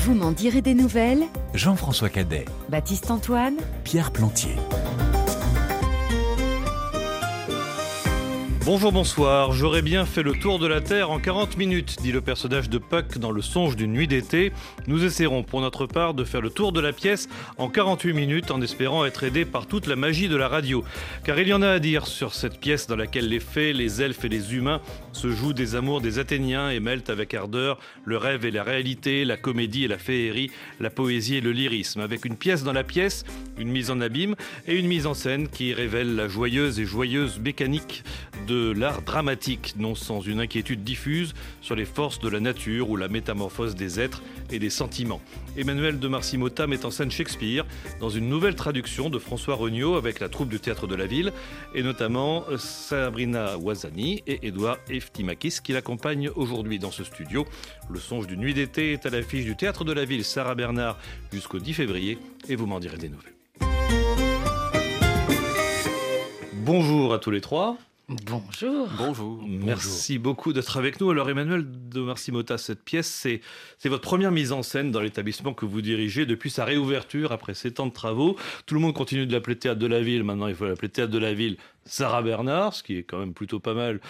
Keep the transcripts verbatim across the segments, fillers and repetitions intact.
Vous m'en direz des nouvelles. Jean-François Cadet, Baptiste Antoine, Pierre Plantier. Bonjour, bonsoir. J'aurais bien fait le tour de la Terre en quarante minutes, dit le personnage de Puck dans Le Songe d'une nuit d'été. Nous essaierons pour notre part de faire le tour de la pièce en quarante-huit minutes en espérant être aidés par toute la magie de la radio. Car il y en a à dire sur cette pièce dans laquelle les fées, les elfes et les humains se jouent des amours des Athéniens et mêlent avec ardeur le rêve et la réalité, la comédie et la féerie, la poésie et le lyrisme. Avec une pièce dans la pièce, une mise en abîme et une mise en scène qui révèle la joyeuse et joyeuse mécanique de de l'art dramatique, non sans une inquiétude diffuse sur les forces de la nature ou la métamorphose des êtres et des sentiments. Emmanuel de Marcy-Motta met en scène Shakespeare dans une nouvelle traduction de François Regnault avec la troupe du Théâtre de la Ville et notamment Sabrina Ouazani et Édouard Eftimakis qui l'accompagnent aujourd'hui dans ce studio. Le Songe d'une nuit d'été est à l'affiche du Théâtre de la Ville Sarah Bernard jusqu'au dix février et vous m'en direz des nouvelles. Bonjour à tous les trois. Bonjour. Bonjour. Merci Bonjour. beaucoup d'être avec nous. Alors Emmanuel de Marcy-Motta, cette pièce, c'est, c'est votre première mise en scène dans l'établissement que vous dirigez depuis sa réouverture après sept ans de travaux. Tout le monde continue de l'appeler Théâtre de la Ville. Maintenant, il faut l'appeler Théâtre de la Ville Sarah Bernard, ce qui est quand même plutôt pas mal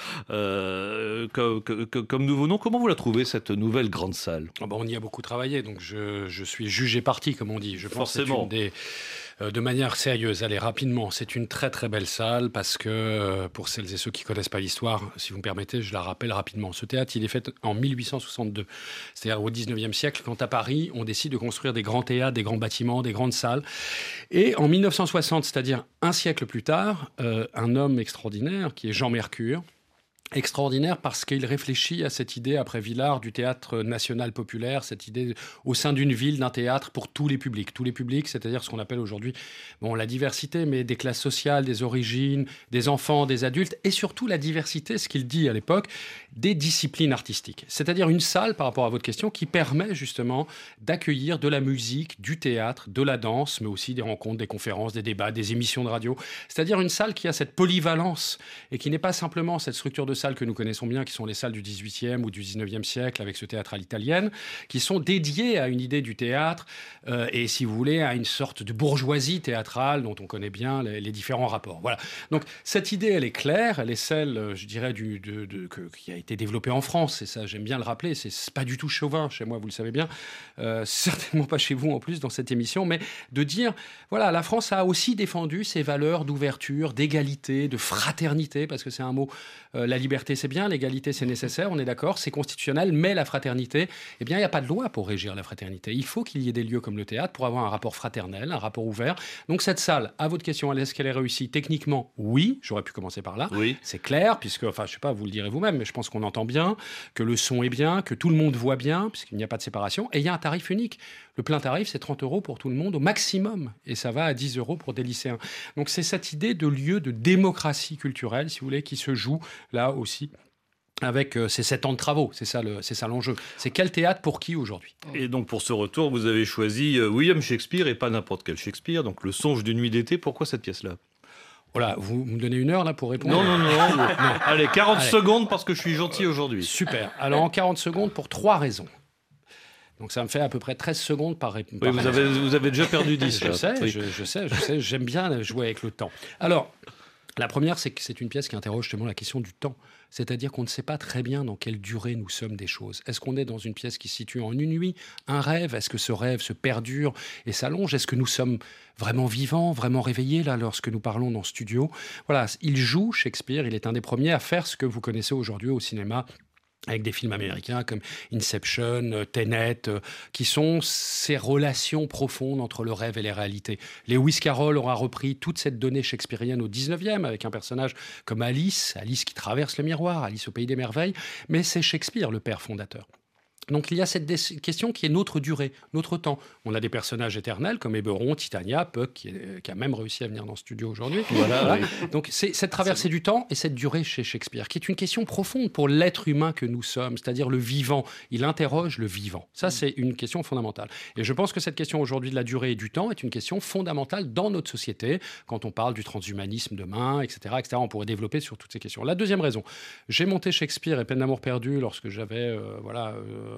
euh, comme, comme, comme nouveau nom. Comment vous la trouvez, cette nouvelle grande salle ? Oh ben, on y a beaucoup travaillé, donc je, je suis jugé parti, comme on dit. Je pense Forcément. Que c'est une des... De manière sérieuse, allez, rapidement, c'est une très très belle salle parce que, pour celles et ceux qui ne connaissent pas l'histoire, si vous me permettez, je la rappelle rapidement. Ce théâtre, il est fait en mille huit cent soixante-deux, c'est-à-dire au dix-neuvième siècle, quand à Paris, on décide de construire des grands théâtres, des grands bâtiments, des grandes salles. Et en mille neuf cent soixante, c'est-à-dire un siècle plus tard, euh, un homme extraordinaire, qui est Jean Mercure, extraordinaire parce qu'il réfléchit à cette idée, après Villard, du théâtre national populaire, cette idée au sein d'une ville, d'un théâtre pour tous les publics. Tous les publics, c'est-à-dire ce qu'on appelle aujourd'hui bon, la diversité, mais des classes sociales, des origines, des enfants, des adultes, et surtout la diversité, ce qu'il dit à l'époque, des disciplines artistiques. C'est-à-dire une salle, par rapport à votre question, qui permet justement d'accueillir de la musique, du théâtre, de la danse, mais aussi des rencontres, des conférences, des débats, des émissions de radio. C'est-à-dire une salle qui a cette polyvalence et qui n'est pas simplement cette structure de salles que nous connaissons bien, qui sont les salles du dix-huitième ou du dix-neuvième siècle, avec ce théâtre à l'italienne, qui sont dédiées à une idée du théâtre euh, et, si vous voulez, à une sorte de bourgeoisie théâtrale dont on connaît bien les, les différents rapports. Voilà. Donc, cette idée, elle est claire, elle est celle, je dirais, du, de, de, que, qui a été développée en France, et ça, j'aime bien le rappeler, c'est, c'est pas du tout chauvin chez moi, vous le savez bien, euh, certainement pas chez vous en plus dans cette émission, mais de dire, voilà, la France a aussi défendu ses valeurs d'ouverture, d'égalité, de fraternité, parce que c'est un mot, euh, la liberté, c'est bien, l'égalité, c'est nécessaire, on est d'accord, c'est constitutionnel, mais la fraternité, eh bien, il n'y a pas de loi pour régir la fraternité. Il faut qu'il y ait des lieux comme le théâtre pour avoir un rapport fraternel, un rapport ouvert. Donc, cette salle, à votre question, est-ce qu'elle est réussie ? Techniquement, oui, j'aurais pu commencer par là. Oui. C'est clair, puisque, enfin, je sais pas, vous le direz vous-même, mais je pense qu'on entend bien, que le son est bien, que tout le monde voit bien, puisqu'il n'y a pas de séparation, et il y a un tarif unique. Le plein tarif, c'est trente euros pour tout le monde au maximum, et ça va à dix euros pour des lycéens. Donc, c'est cette idée de lieu de démocratie culturelle, si vous voulez, qui se joue là aussi avec euh, ces sept ans de travaux. C'est ça, le, c'est ça l'enjeu. C'est quel théâtre pour qui aujourd'hui ? Et donc pour ce retour, vous avez choisi euh, William Shakespeare et pas n'importe quel Shakespeare, donc Le Songe d'une nuit d'été. Pourquoi cette pièce-là ? Voilà, vous me donnez une heure là pour répondre ? Non, non, non. non. Allez, quarante Allez. secondes parce que je suis gentil aujourd'hui. Super. Alors en quarante secondes pour trois raisons. Donc ça me fait à peu près treize secondes par réponse. Oui, vous avez, vous avez déjà perdu dix. je, sais, oui. je, je sais, je sais, j'aime bien jouer avec le temps. Alors, la première, c'est que c'est une pièce qui interroge justement la question du temps. C'est-à-dire qu'on ne sait pas très bien dans quelle durée nous sommes des choses. Est-ce qu'on est dans une pièce qui se situe en une nuit, un rêve ? Est-ce que ce rêve se perdure et s'allonge ? Est-ce que nous sommes vraiment vivants, vraiment réveillés là lorsque nous parlons dans ce studio ? Voilà, il joue Shakespeare, il est un des premiers à faire ce que vous connaissez aujourd'hui au cinéma, avec des films américains comme Inception, Tenet, euh, qui sont ces relations profondes entre le rêve et les réalités. Lewis Carroll aura repris toute cette donnée shakespearienne au dix-neuvième, avec un personnage comme Alice, Alice qui traverse le miroir, Alice au pays des merveilles, mais c'est Shakespeare le père fondateur. Donc il y a cette dé- question qui est notre durée, notre temps. On a des personnages éternels comme Eberron, Titania, Puck, qui, est, qui a même réussi à venir dans le studio aujourd'hui. Voilà, voilà. Oui. Donc c'est cette traversée c'est du temps et cette durée chez Shakespeare, qui est une question profonde pour l'être humain que nous sommes, c'est-à-dire le vivant. Il interroge le vivant. Ça, c'est une question fondamentale. Et je pense que cette question aujourd'hui de la durée et du temps est une question fondamentale dans notre société, quand on parle du transhumanisme demain, et cetera, et cetera. On pourrait développer sur toutes ces questions. La deuxième raison, j'ai monté Shakespeare et Peine d'amour perdu lorsque j'avais... Euh, voilà. Euh,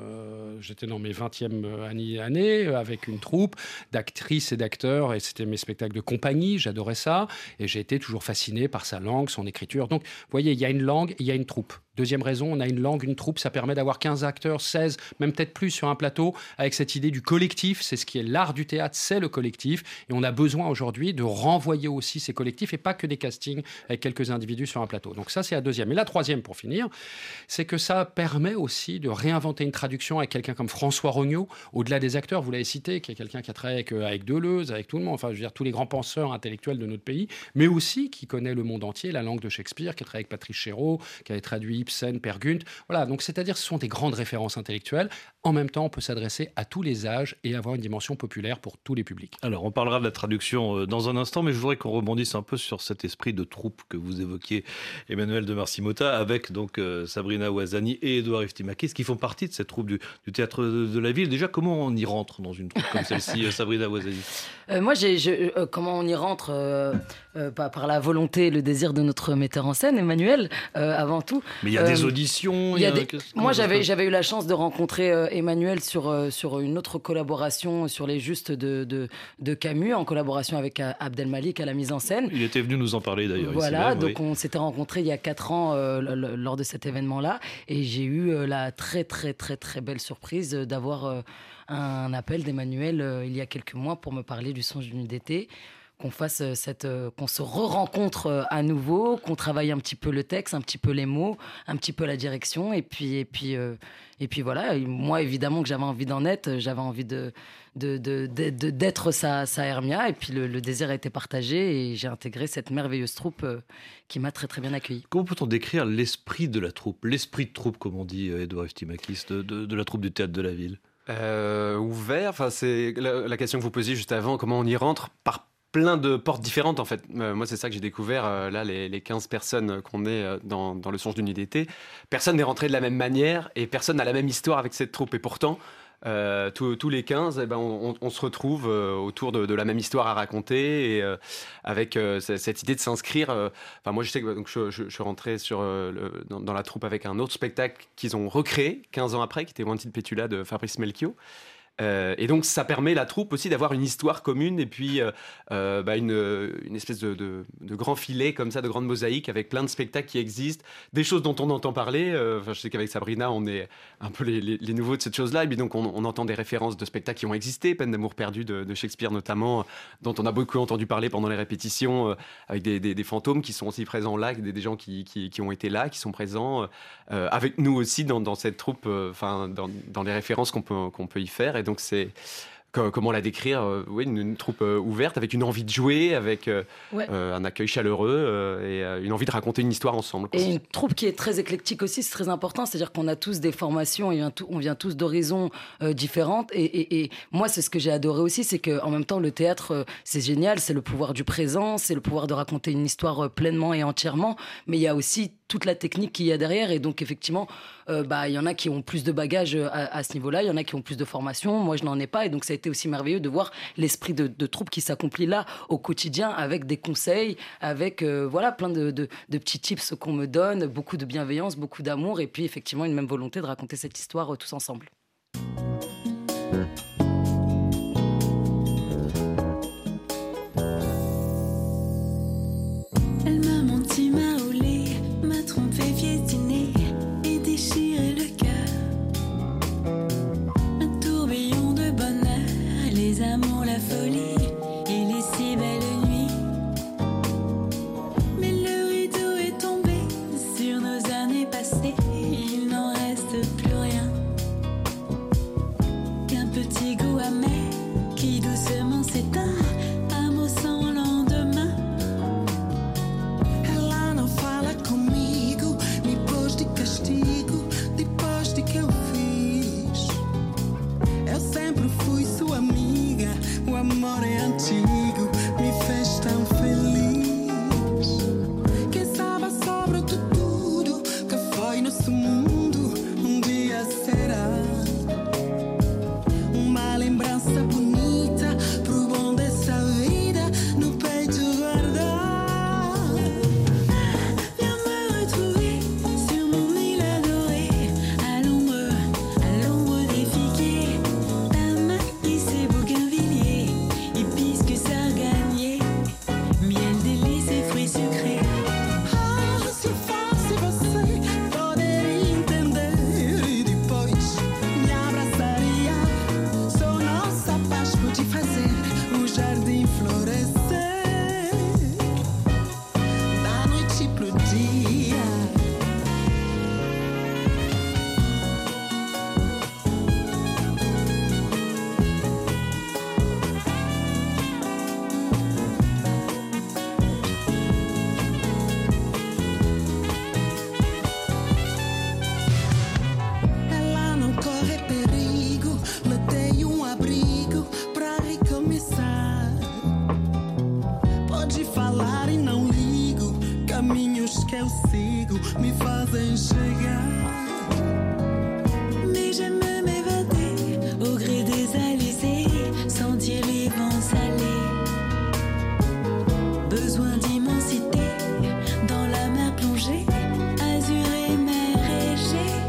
Euh, j'étais dans mes vingtième année, année avec une troupe d'actrices et d'acteurs, et c'était mes spectacles de compagnie, j'adorais ça, et j'ai été toujours fasciné par sa langue, son écriture. Donc, vous voyez, il y a une langue, il y a une troupe. Deuxième raison, on a une langue, une troupe, ça permet d'avoir quinze acteurs, seize, même peut-être plus sur un plateau, avec cette idée du collectif. C'est ce qui est l'art du théâtre, c'est le collectif. Et on a besoin aujourd'hui de renvoyer aussi ces collectifs et pas que des castings avec quelques individus sur un plateau. Donc ça, c'est la deuxième. Et la troisième, pour finir, c'est que ça permet aussi de réinventer une traduction avec quelqu'un comme François Regnault, au-delà des acteurs, vous l'avez cité, qui est quelqu'un qui a travaillé avec, avec Deleuze, avec tout le monde, enfin, je veux dire, tous les grands penseurs intellectuels de notre pays, mais aussi qui connaît le monde entier, la langue de Shakespeare, qui a travaillé avec Patrice Chéreau, qui avait traduit Ibsen, Per Gunt. Voilà, donc c'est-à-dire ce sont des grandes références intellectuelles. En même temps, on peut s'adresser à tous les âges et avoir une dimension populaire pour tous les publics. Alors, on parlera de la traduction dans un instant, mais je voudrais qu'on rebondisse un peu sur cet esprit de troupe que vous évoquiez, Emmanuel de Marcy-Motta, avec donc euh, Sabrina Ouazani et Édouard Eftimakis, qui font partie de cette troupe du, du théâtre de, de la ville. Déjà, comment on y rentre dans une troupe comme celle-ci, euh, Sabrina Ouazani? euh, Moi, j'ai, je, euh, comment on y rentre euh, euh, par, par la volonté et le désir de notre metteur en scène, Emmanuel, euh, avant tout. Mais il y a euh, des auditions. Il y a des... Moi, j'avais, j'avais eu la chance de rencontrer euh, Emmanuel sur, euh, sur une autre collaboration sur les Justes de, de, de Camus, en collaboration avec euh, Abdelmalik à la mise en scène. Il était venu nous en parler d'ailleurs. Voilà, même, donc oui. On s'était rencontrés il y a quatre ans euh, l- l- lors de cet événement-là, et j'ai eu euh, la très très très très belle surprise euh, d'avoir euh, un appel d'Emmanuel euh, il y a quelques mois pour me parler du Songe d'une nuit d'été. Qu'on fasse cette, euh, qu'on se re-rencontre euh, à nouveau, qu'on travaille un petit peu le texte, un petit peu les mots, un petit peu la direction, et puis et puis euh, et puis voilà. Et moi, évidemment que j'avais envie d'en être, j'avais envie de, de, de, de, de d'être sa, sa Hermia, et puis le, le désir a été partagé, et j'ai intégré cette merveilleuse troupe euh, qui m'a très très bien accueillie. Comment peut-on décrire l'esprit de la troupe, l'esprit de troupe, comme on dit, Édouard Eftimakis, de, de, de la troupe du théâtre de la ville? euh, Ouvert. Enfin, c'est la, la question que vous posiez juste avant. Comment on y rentre? Par plein de portes différentes en fait. Euh, moi c'est ça que j'ai découvert, euh, là les, les quinze personnes qu'on est euh, dans, dans le Songe d'une nuit d'été, personne n'est rentré de la même manière et personne n'a la même histoire avec cette troupe, et pourtant euh, tous, tous les quinze eh ben, on, on, on se retrouve euh, autour de, de la même histoire à raconter, et euh, avec euh, cette idée de s'inscrire. euh, enfin moi je sais que donc, je, je, je suis rentré sur, euh, le, dans, dans la troupe avec un autre spectacle qu'ils ont recréé quinze ans après, qui était Wanted Petula de Fabrice Melchior. Euh, et donc ça permet la troupe aussi d'avoir une histoire commune, et puis euh, euh, bah une, une espèce de, de, de grand filet comme ça, de grande mosaïque avec plein de spectacles qui existent, des choses dont on entend parler. Euh, enfin, je sais qu'avec Sabrina on est un peu les, les, les nouveaux de cette chose-là, et puis donc on, on entend des références de spectacles qui ont existé, Peine d'amour perdu de, de Shakespeare notamment, dont on a beaucoup entendu parler pendant les répétitions, euh, avec des, des, des fantômes qui sont aussi présents là, des, des gens qui, qui, qui ont été là, qui sont présents euh, avec nous aussi dans, dans cette troupe, enfin euh, dans, dans les références qu'on peut, qu'on peut y faire. Et donc c'est comment la décrire, euh, oui, une, une troupe euh, ouverte, avec une envie de jouer, avec euh, ouais. euh, un accueil chaleureux euh, et euh, une envie de raconter une histoire ensemble. Et une troupe qui est très éclectique aussi, c'est très important, c'est-à-dire qu'on a tous des formations, et on vient tous d'horizons euh, différentes, et, et, et moi c'est ce que j'ai adoré aussi, c'est qu'en même temps le théâtre euh, c'est génial, c'est le pouvoir du présent, c'est le pouvoir de raconter une histoire euh, pleinement et entièrement, mais il y a aussi toute la technique qu'il y a derrière, et donc effectivement euh, bah, y en a qui ont plus de bagages à, à ce niveau-là, il y en a qui ont plus de formation, moi je n'en ai pas, et donc ça a été aussi merveilleux de voir l'esprit de, de troupe qui s'accomplit là au quotidien, avec des conseils, avec euh, voilà, plein de, de, de petits tips qu'on me donne, beaucoup de bienveillance, beaucoup d'amour, et puis effectivement une même volonté de raconter cette histoire euh, tous ensemble. Elle m'a menti, m'a roulé, m'a trompé, piétiné et déchiré le cœur. Un tourbillon de bonheur, les amours, la folie et les si belles nuits. Mais le rideau est tombé sur nos années passées, il n'en reste plus rien qu'un petit goût amer qui doucement s'éteint, amour sans lendemain. Ela não fala comigo, me pôs de castigo depois de que eu fiz. Eu sempre fui sua amiga, o amor é antigo, me fez tão feliz. Quem sabe sobre de tudo que foi nosso mundo, um dia será uma lembrança bonita pro bom dessa vida no peito guardar. Viens me retrouver sur mon île adorée, à l'ombre, à l'ombre me fazem chegar. Mais j'aime m'évader au gré des alizés, sentir les vents salés. Besoin d'immensité dans la mer plongée, azur et mer égée.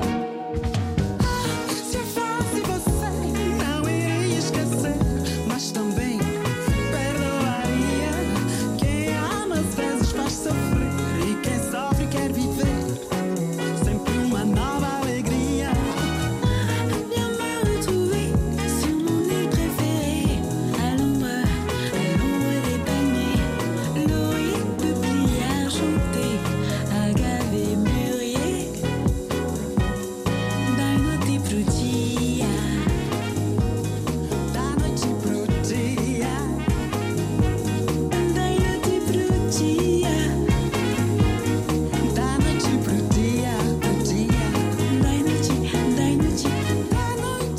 Se eu fosse você, não iria esquecer, mas também perdoaria. Quem ama às vezes faz sofrer, e quem sofre quer viver sempre uma nova alegria. Viens me retrouver sur mon île préférée, à l'ombre, à l'ombre des palmiers, laurier, peuplier argenté, agave et mûrier. Dai notte pro dia, Da noite pro dia, dai notte pro dia, da noite pro dia, pro dia, dai notte, dai notte. da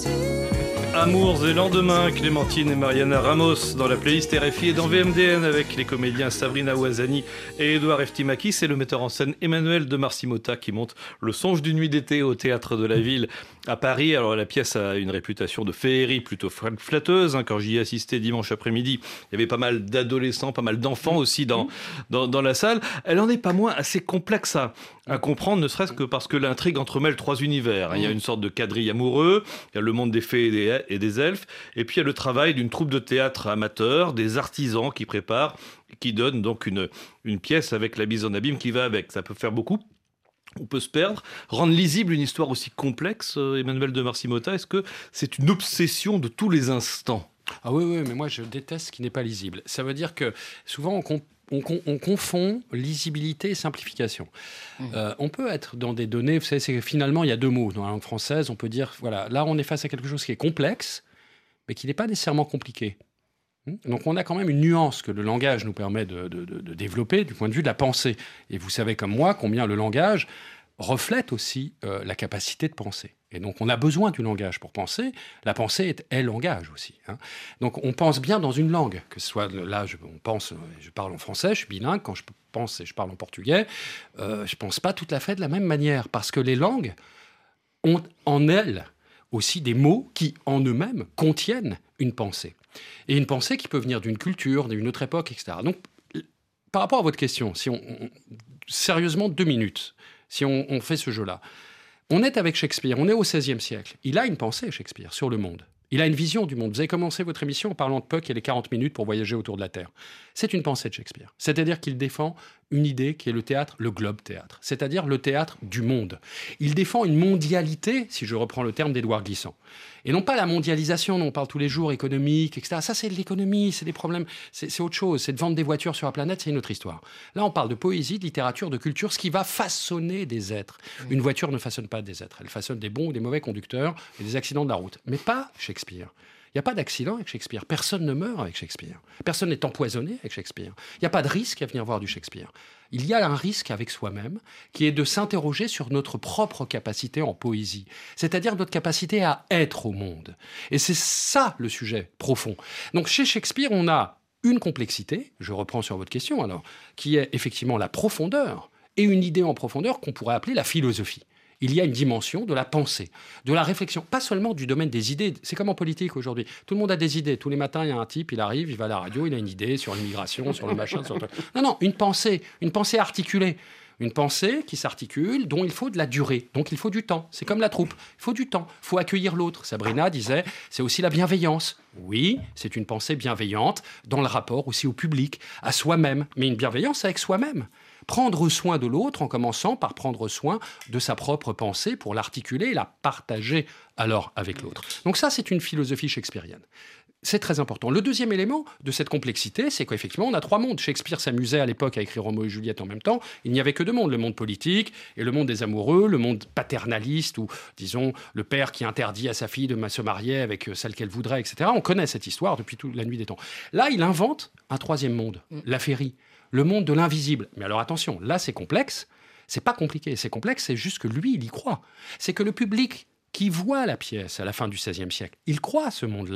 noite. Amours et lendemains, Clémentine et Mariana Ramos dans la playlist R F I et dans V M D N avec les comédiens Sabrina Ouazani et Edouard Eftimakis et le metteur en scène Emmanuel de Marcimota qui monte Le Songe d'une nuit d'été au Théâtre de la Ville à Paris. Alors la pièce a une réputation de féerie plutôt flatteuse. Hein. Quand j'y ai assisté dimanche après-midi, il y avait pas mal d'adolescents, pas mal d'enfants aussi dans, dans, dans la salle. Elle en est pas moins assez complexe à, à comprendre, ne serait-ce que parce que l'intrigue entremêle trois univers. Il y a une sorte de quadrille amoureux, il y a le monde des fées et des, et des elfes, et puis il y a le travail d'une troupe de théâtre amateur, des artisans qui préparent, qui donnent donc une, une pièce avec la mise en abîme qui va avec. Ça peut faire beaucoup. On peut se perdre. Rendre lisible une histoire aussi complexe, euh, Emmanuel de Marcimota, est-ce que c'est une obsession de tous les instants ? Ah oui, oui, mais moi je déteste ce qui n'est pas lisible. Ça veut dire que souvent on, com- on, con- on confond lisibilité et simplification. Mmh. Euh, on peut être dans des données, vous savez, c'est que finalement il y a deux mots dans la langue française. On peut dire, voilà, là on est face à quelque chose qui est complexe, mais qui n'est pas nécessairement compliqué. Donc on a quand même une nuance que le langage nous permet de, de, de, de développer du point de vue de la pensée. Et vous savez comme moi combien le langage reflète aussi euh, la capacité de penser. Et donc on a besoin du langage pour penser. La pensée est, est langage aussi. Hein. Donc on pense bien dans une langue, que ce soit là, je, on pense, je parle en français, je suis bilingue, quand je pense et je parle en portugais, euh, je pense pas tout à fait de la même manière, parce que les langues ont en elles aussi des mots qui en eux-mêmes contiennent une pensée. Et une pensée qui peut venir d'une culture, d'une autre époque, et cetera. Donc, par rapport à votre question, si on, on sérieusement, deux minutes, si on, on fait ce jeu-là, on est avec Shakespeare, on est au seizième siècle. Il a une pensée, Shakespeare, sur le monde. Il a une vision du monde. Vous avez commencé votre émission en parlant de Puck et les quarante minutes pour voyager autour de la Terre. C'est une pensée de Shakespeare. C'est-à-dire qu'il défend une idée qui est le théâtre, le globe théâtre. C'est-à-dire le théâtre du monde. Il défend une mondialité, si je reprends le terme d'Édouard Glissant. Et non pas la mondialisation dont on parle tous les jours, économique, et cetera. Ça, c'est de l'économie, c'est des problèmes, c'est, c'est autre chose. C'est de vendre des voitures sur la planète, c'est une autre histoire. Là, on parle de poésie, de littérature, de culture, ce qui va façonner des êtres. Une voiture ne façonne pas des êtres. Elle façonne des bons ou des mauvais conducteurs et des accidents de la route. Mais pas Shakespeare. Il n'y a pas d'accident avec Shakespeare. Personne ne meurt avec Shakespeare. Personne n'est empoisonné avec Shakespeare. Il n'y a pas de risque à venir voir du Shakespeare. Il y a un risque avec soi-même qui est de s'interroger sur notre propre capacité en poésie, c'est-à-dire notre capacité à être au monde. Et c'est ça le sujet profond. Donc chez Shakespeare, on a une complexité, je reprends sur votre question alors, qui est effectivement la profondeur, et une idée en profondeur qu'on pourrait appeler la philosophie. Il y a une dimension de la pensée, de la réflexion, pas seulement du domaine des idées. C'est comme en politique aujourd'hui. Tout le monde a des idées. Tous les matins, il y a un type, il arrive, il va à la radio, il a une idée sur l'immigration, sur le machin, sur le... Non, non, une pensée, une pensée articulée. Une pensée qui s'articule, dont il faut de la durée. Donc il faut du temps. C'est comme la troupe. Il faut du temps. Il faut accueillir l'autre. Sabrina disait, c'est aussi la bienveillance. Oui, c'est une pensée bienveillante dans le rapport aussi au public, à soi-même. Mais une bienveillance avec soi-même. Prendre soin de l'autre en commençant par prendre soin de sa propre pensée pour l'articuler et la partager alors avec l'autre. Donc ça, c'est une philosophie shakespearienne. C'est très important. Le deuxième élément de cette complexité, c'est qu'effectivement, on a trois mondes. Shakespeare s'amusait à l'époque à écrire Roméo et Juliette en même temps. Il n'y avait que deux mondes, le monde politique et le monde des amoureux, le monde paternaliste, ou disons, le père qui interdit à sa fille de se marier avec celle qu'elle voudrait, et cetera. On connaît cette histoire depuis toute la nuit des temps. Là, il invente un troisième monde, la féerie, le monde de l'invisible. Mais alors attention, là, c'est complexe. C'est pas compliqué, c'est complexe, c'est juste que lui, il y croit. C'est que le public qui voit la pièce à la fin du seizième siècle, il croit à ce monde-là.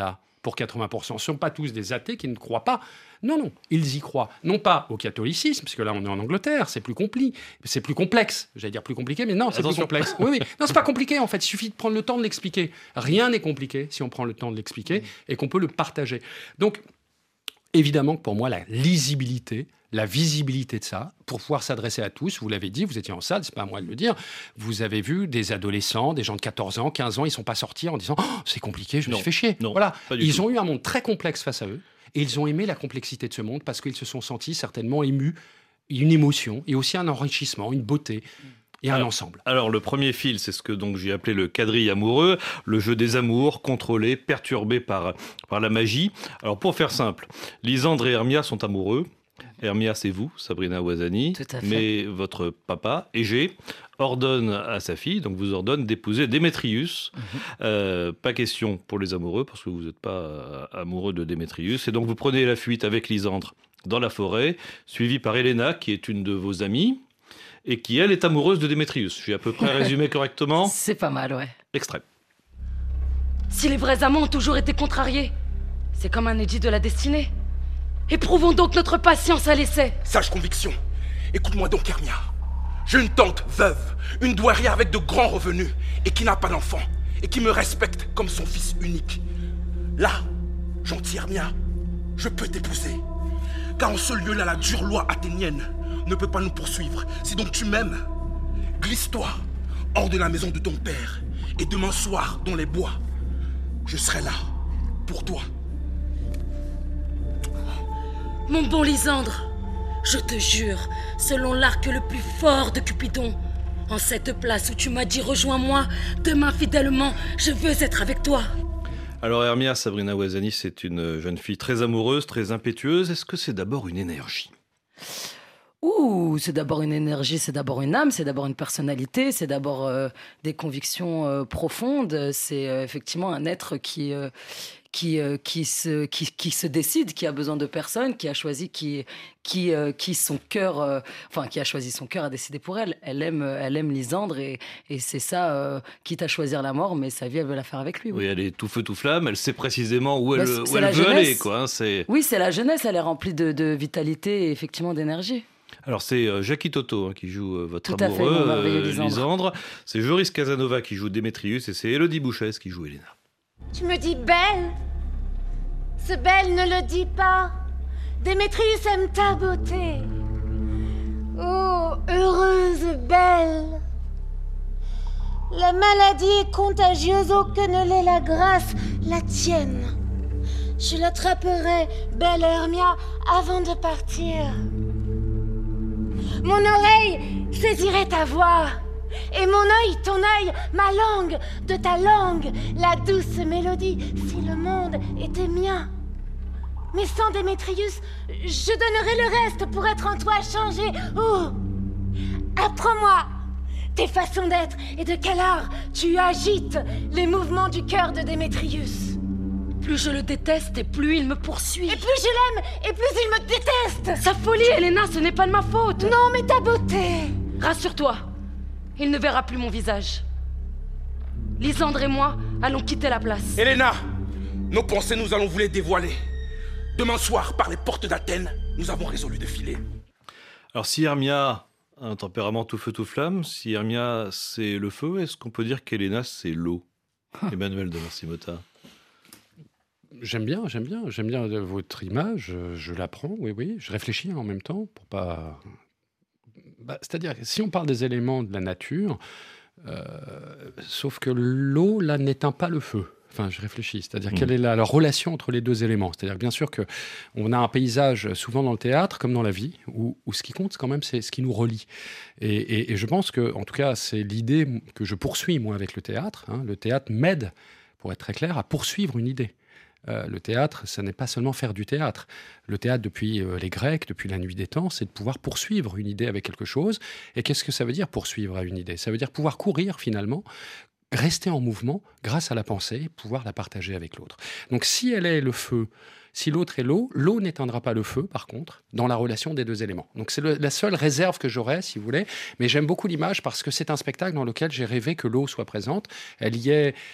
pour quatre-vingts pour cent. Ce ne sont pas tous des athées qui ne croient pas. Non, non, ils y croient. Non pas au catholicisme, parce que là, on est en Angleterre, c'est plus compli, c'est plus complexe. J'allais dire plus compliqué, mais non, c'est Attention. plus complexe. Oui, oui. Non, c'est pas compliqué, en fait. Il suffit de prendre le temps de l'expliquer. Rien n'est compliqué si on prend le temps de l'expliquer et qu'on peut le partager. Donc, évidemment que pour moi, la lisibilité, la visibilité de ça, pour pouvoir s'adresser à tous, vous l'avez dit, vous étiez en salle, c'est pas à moi de le dire, vous avez vu des adolescents, des gens de quatorze ans, quinze ans, ils sont pas sortis en disant oh, « c'est compliqué, je me Non, suis fait chier ». non, Voilà, pas du ils tout. ont eu un monde très complexe face à eux, et ils ont aimé la complexité de ce monde parce qu'ils se sont sentis certainement émus, une émotion, et aussi un enrichissement, une beauté, et un Alors, ensemble. Alors, le premier fil, c'est ce que donc j'ai appelé le quadrille amoureux, le jeu des amours, contrôlé, perturbé par, par la magie. Alors, pour faire simple, Lisandre et Hermia sont amoureux. Hermia, c'est vous, Sabrina Ouazani. Tout à fait. Mais votre papa, Égée, ordonne à sa fille, donc vous ordonne d'épouser Démétrius. Mhm. Euh, pas question pour les amoureux, parce que vous n'êtes pas euh, amoureux de Démétrius. Et donc, vous prenez la fuite avec Lisandre dans la forêt, suivie par Héléna, qui est une de vos amies, et qui, elle, est amoureuse de Démétrius. J'ai à peu près résumé correctement. C'est pas mal, ouais. Extrait. Si les vrais amants ont toujours été contrariés, c'est comme un édit de la destinée. Éprouvons donc notre patience à l'essai. Sage conviction. Écoute-moi donc, Hermia. J'ai une tante veuve, une douairière avec de grands revenus, et qui n'a pas d'enfant, et qui me respecte comme son fils unique. Là, gentille Hermia, je peux t'épouser. Car en ce lieu-là, la dure loi athénienne ne peut pas nous poursuivre. Si donc tu m'aimes, glisse-toi hors de la maison de ton père, et demain soir, dans les bois, je serai là, pour toi. Mon bon Lysandre, je te jure, selon l'arc le plus fort de Cupidon, en cette place où tu m'as dit rejoins-moi, demain fidèlement, je veux être avec toi. Alors Hermia, Sabrina Ouazani, c'est une jeune fille très amoureuse, très impétueuse. Est-ce que c'est d'abord une énergie ? Ouh, c'est d'abord une énergie, c'est d'abord une âme, c'est d'abord une personnalité, c'est d'abord euh, des convictions euh, profondes, c'est euh, effectivement un être qui... Euh, Qui, euh, qui, se, qui, qui se décide, qui a besoin de personne, qui a choisi, qui, qui, euh, qui son cœur, euh, enfin qui a choisi son cœur à décider pour elle. Elle aime, elle aime Lysandre et, et c'est ça, euh, quitte à choisir la mort, mais sa vie elle veut la faire avec lui. Oui, Oui, elle est tout feu tout flamme. Elle sait précisément où elle, Bah, c'est- où c'est elle la veut jeunesse. aller, quoi. hein, c'est... oui c'est la jeunesse, elle est remplie de, de vitalité et effectivement d'énergie. Alors c'est euh, Jackie Toto hein, qui joue euh, votre Tout à fait, amoureux, mon merveilleux euh, Lysandre. Lysandre. C'est Joris Casanova qui joue Démétrius et c'est Élodie Bouchès qui joue Héléna. Tu me dis belle? Ce belle ne le dit pas. Démétrius aime ta beauté. Oh, heureuse belle. La maladie est contagieuse, oh que ne l'est la grâce, la tienne. Je l'attraperai, belle Hermia, avant de partir. Mon oreille saisirait ta voix. Et mon œil, ton œil, ma langue, de ta langue, la douce mélodie, si le monde était mien. Mais sans Démétrius, je donnerais le reste pour être en toi changé. Oh, apprends-moi tes façons d'être et de quel art tu agites les mouvements du cœur de Démétrius. Plus je le déteste et plus il me poursuit. Et plus je l'aime, et plus il me déteste. Sa folie, Héléna, ce n'est pas de ma faute. Non, mais ta beauté. Rassure-toi, il ne verra plus mon visage. Lysandre et moi allons quitter la place. Héléna, nos pensées, nous allons vous les dévoiler. Demain soir, par les portes d'Athènes, nous avons résolu de filer. Alors si Hermia a un tempérament tout feu tout flamme, si Hermia c'est le feu, est-ce qu'on peut dire qu'Héléna c'est l'eau ? Emmanuel de Marcimotta. J'aime bien, j'aime bien, j'aime bien votre image, je la prends, oui, oui. Je réfléchis en même temps pour pas... Bah, c'est-à-dire, si on parle des éléments de la nature, euh, sauf que l'eau, là, n'éteint pas le feu. Enfin, je réfléchis. C'est-à-dire, mmh. quelle est la, la relation entre les deux éléments ? C'est-à-dire, bien sûr qu'on a un paysage, souvent dans le théâtre, comme dans la vie, où, où ce qui compte, quand même, c'est ce qui nous relie. Et, et, et je pense que, en tout cas, c'est l'idée que je poursuis, moi, avec le théâtre. Hein. Le théâtre m'aide, pour être très clair, à poursuivre une idée. Euh, le théâtre, ce n'est pas seulement faire du théâtre. Le théâtre, depuis euh, les Grecs, depuis la nuit des temps, c'est de pouvoir poursuivre une idée avec quelque chose. Et qu'est-ce que ça veut dire, poursuivre à une idée ? Ça veut dire pouvoir courir, finalement, rester en mouvement grâce à la pensée, pouvoir la partager avec l'autre. Donc, si elle est le feu, si l'autre est l'eau, l'eau n'éteindra pas le feu, par contre, dans la relation des deux éléments. Donc, c'est le, la seule réserve que j'aurais, si vous voulez. Mais j'aime beaucoup l'image parce que c'est un spectacle dans lequel j'ai rêvé que l'eau soit présente. Elle y est...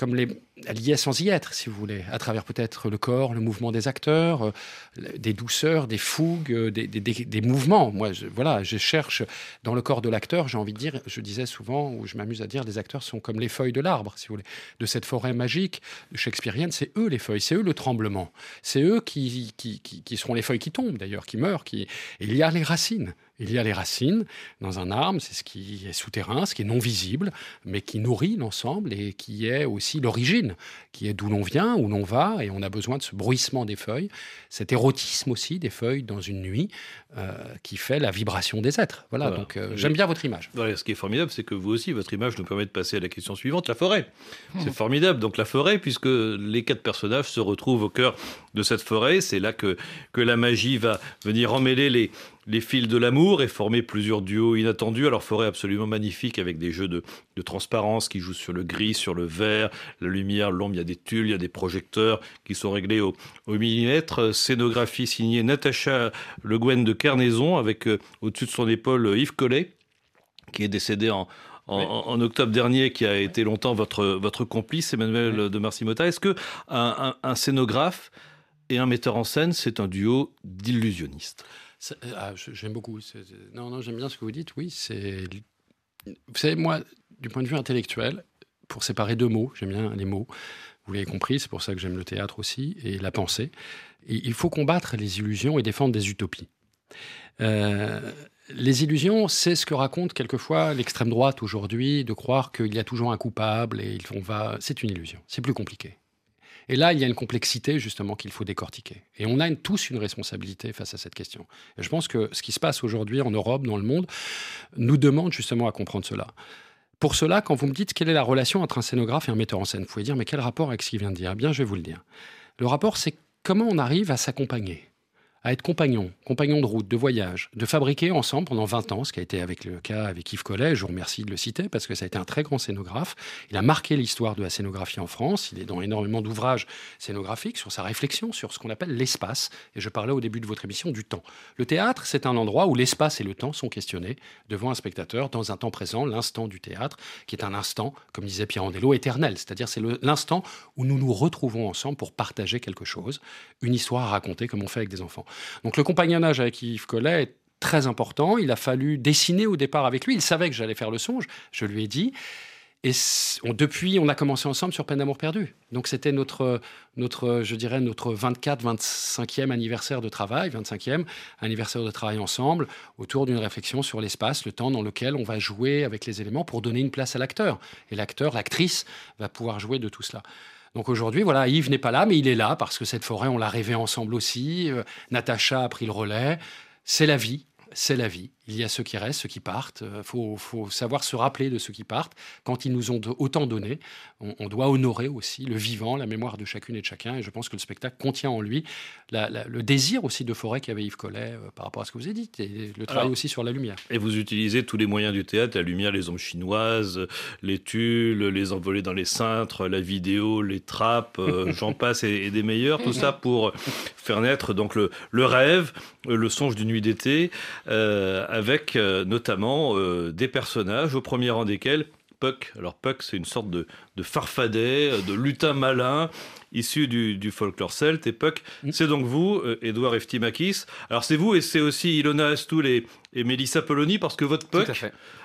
comme les, elle y est sans y être, si vous voulez, à travers peut-être le corps, le mouvement des acteurs, euh, des douceurs, des fougues, euh, des, des, des, des mouvements. Moi, je, voilà, je cherche dans le corps de l'acteur, j'ai envie de dire, je disais souvent, ou je m'amuse à dire, les acteurs sont comme les feuilles de l'arbre, si vous voulez, de cette forêt magique shakespearienne. C'est eux les feuilles, c'est eux le tremblement, c'est eux qui, qui, qui, qui seront les feuilles qui tombent d'ailleurs, qui meurent. Qui... Et il y a les racines. Il y a les racines dans un arbre, c'est ce qui est souterrain, ce qui est non visible, mais qui nourrit l'ensemble et qui est aussi l'origine, qui est d'où l'on vient, où l'on va, et on a besoin de ce bruissement des feuilles, cet érotisme aussi des feuilles dans une nuit euh, qui fait la vibration des êtres. Voilà, voilà. donc euh, j'aime bien votre image. Voilà, ce qui est formidable, c'est que vous aussi, votre image nous permet de passer à la question suivante, la forêt. C'est mmh. formidable, donc la forêt, puisque les quatre personnages se retrouvent au cœur de cette forêt, c'est là que, que la magie va venir emmêler les... les fils de l'amour et former plusieurs duos inattendus. Alors, forêt absolument magnifique avec des jeux de, de transparence qui jouent sur le gris, sur le vert, la lumière, l'ombre, il y a des tulles, il y a des projecteurs qui sont réglés au, au millimètre. Scénographie signée Natacha Le Guen de Carnaison avec euh, au-dessus de son épaule Yves Collet qui est décédé en, en, oui. en octobre dernier, qui a été longtemps votre, votre complice, Emmanuel oui. de Marcy-Motta. Est-ce qu'un un, un scénographe et un metteur en scène, c'est un duo d'illusionnistes? Ah, j'aime beaucoup. C'est, non, non, j'aime bien ce que vous dites. Oui, c'est. Vous savez, moi, du point de vue intellectuel, pour séparer deux mots, j'aime bien les mots. Vous l'avez compris, c'est pour ça que j'aime le théâtre aussi et la pensée. Et il faut combattre les illusions et défendre des utopies. Euh, les illusions, c'est ce que raconte quelquefois l'extrême droite aujourd'hui, de croire qu'il y a toujours un coupable et on va. C'est une illusion. C'est plus compliqué. Et là, il y a une complexité, justement, qu'il faut décortiquer. Et on a une, tous une responsabilité face à cette question. Et je pense que ce qui se passe aujourd'hui en Europe, dans le monde, nous demande justement à comprendre cela. Pour cela, quand vous me dites quelle est la relation entre un scénographe et un metteur en scène, vous pouvez dire, mais quel rapport avec ce qu'il vient de dire? Eh bien, je vais vous le dire. Le rapport, c'est comment on arrive à s'accompagner, à être compagnon, compagnon de route, de voyage, de fabriquer ensemble pendant vingt ans, ce qui a été avec le cas avec Yves Collet. Je vous remercie de le citer parce que ça a été un très grand scénographe. Il a marqué l'histoire de la scénographie en France. Il est dans énormément d'ouvrages scénographiques sur sa réflexion sur ce qu'on appelle l'espace. Et je parlais au début de votre émission du temps. Le théâtre, c'est un endroit où l'espace et le temps sont questionnés devant un spectateur dans un temps présent, l'instant du théâtre, qui est un instant, comme disait Pirandello, éternel. C'est-à-dire c'est le, l'instant où nous nous retrouvons ensemble pour partager quelque chose, une histoire à raconter comme on fait avec des enfants. Donc le compagnonnage avec Yves Collet est très important. Il a fallu dessiner au départ avec lui. Il savait que j'allais faire le songe, je lui ai dit. Et on, depuis, on a commencé ensemble sur Peine d'amour perdu. Donc c'était notre, notre, je dirais, notre vingt-quatre, vingt-cinquième anniversaire de travail, vingt-cinquième anniversaire de travail ensemble, autour d'une réflexion sur l'espace, le temps dans lequel on va jouer avec les éléments pour donner une place à l'acteur. Et l'acteur, l'actrice, va pouvoir jouer de tout cela. Donc aujourd'hui, voilà, Yves n'est pas là, mais il est là parce que cette forêt, on l'a rêvée ensemble aussi. Euh, Natacha a pris le relais. C'est la vie, c'est la vie. Il y a ceux qui restent, ceux qui partent. Il faut, faut savoir se rappeler de ceux qui partent. Quand ils nous ont autant donné, on, on doit honorer aussi le vivant, la mémoire de chacune et de chacun. Et je pense que le spectacle contient en lui la, la, le désir aussi de forêt qu'avait Yves Collet euh, par rapport à ce que vous avez dit. Et le travail Alors, aussi sur la lumière. Et vous utilisez tous les moyens du théâtre, la lumière, les ombres chinoises, les tulles, les envolées dans les cintres, la vidéo, les trappes, euh, j'en passe et, et des meilleurs. Tout ça pour faire naître donc, le, le rêve, le songe d'une nuit d'été, euh, avec euh, notamment euh, des personnages, au premier rang desquels Puck. Alors Puck, c'est une sorte de, de farfadet, de lutin malin, issu du, du folklore celte. Et Puck, mmh. c'est donc vous, euh, Édouard Eftimakis. Alors c'est vous et c'est aussi Ilona Astoul et, et Mélissa Polony, parce que votre Puck,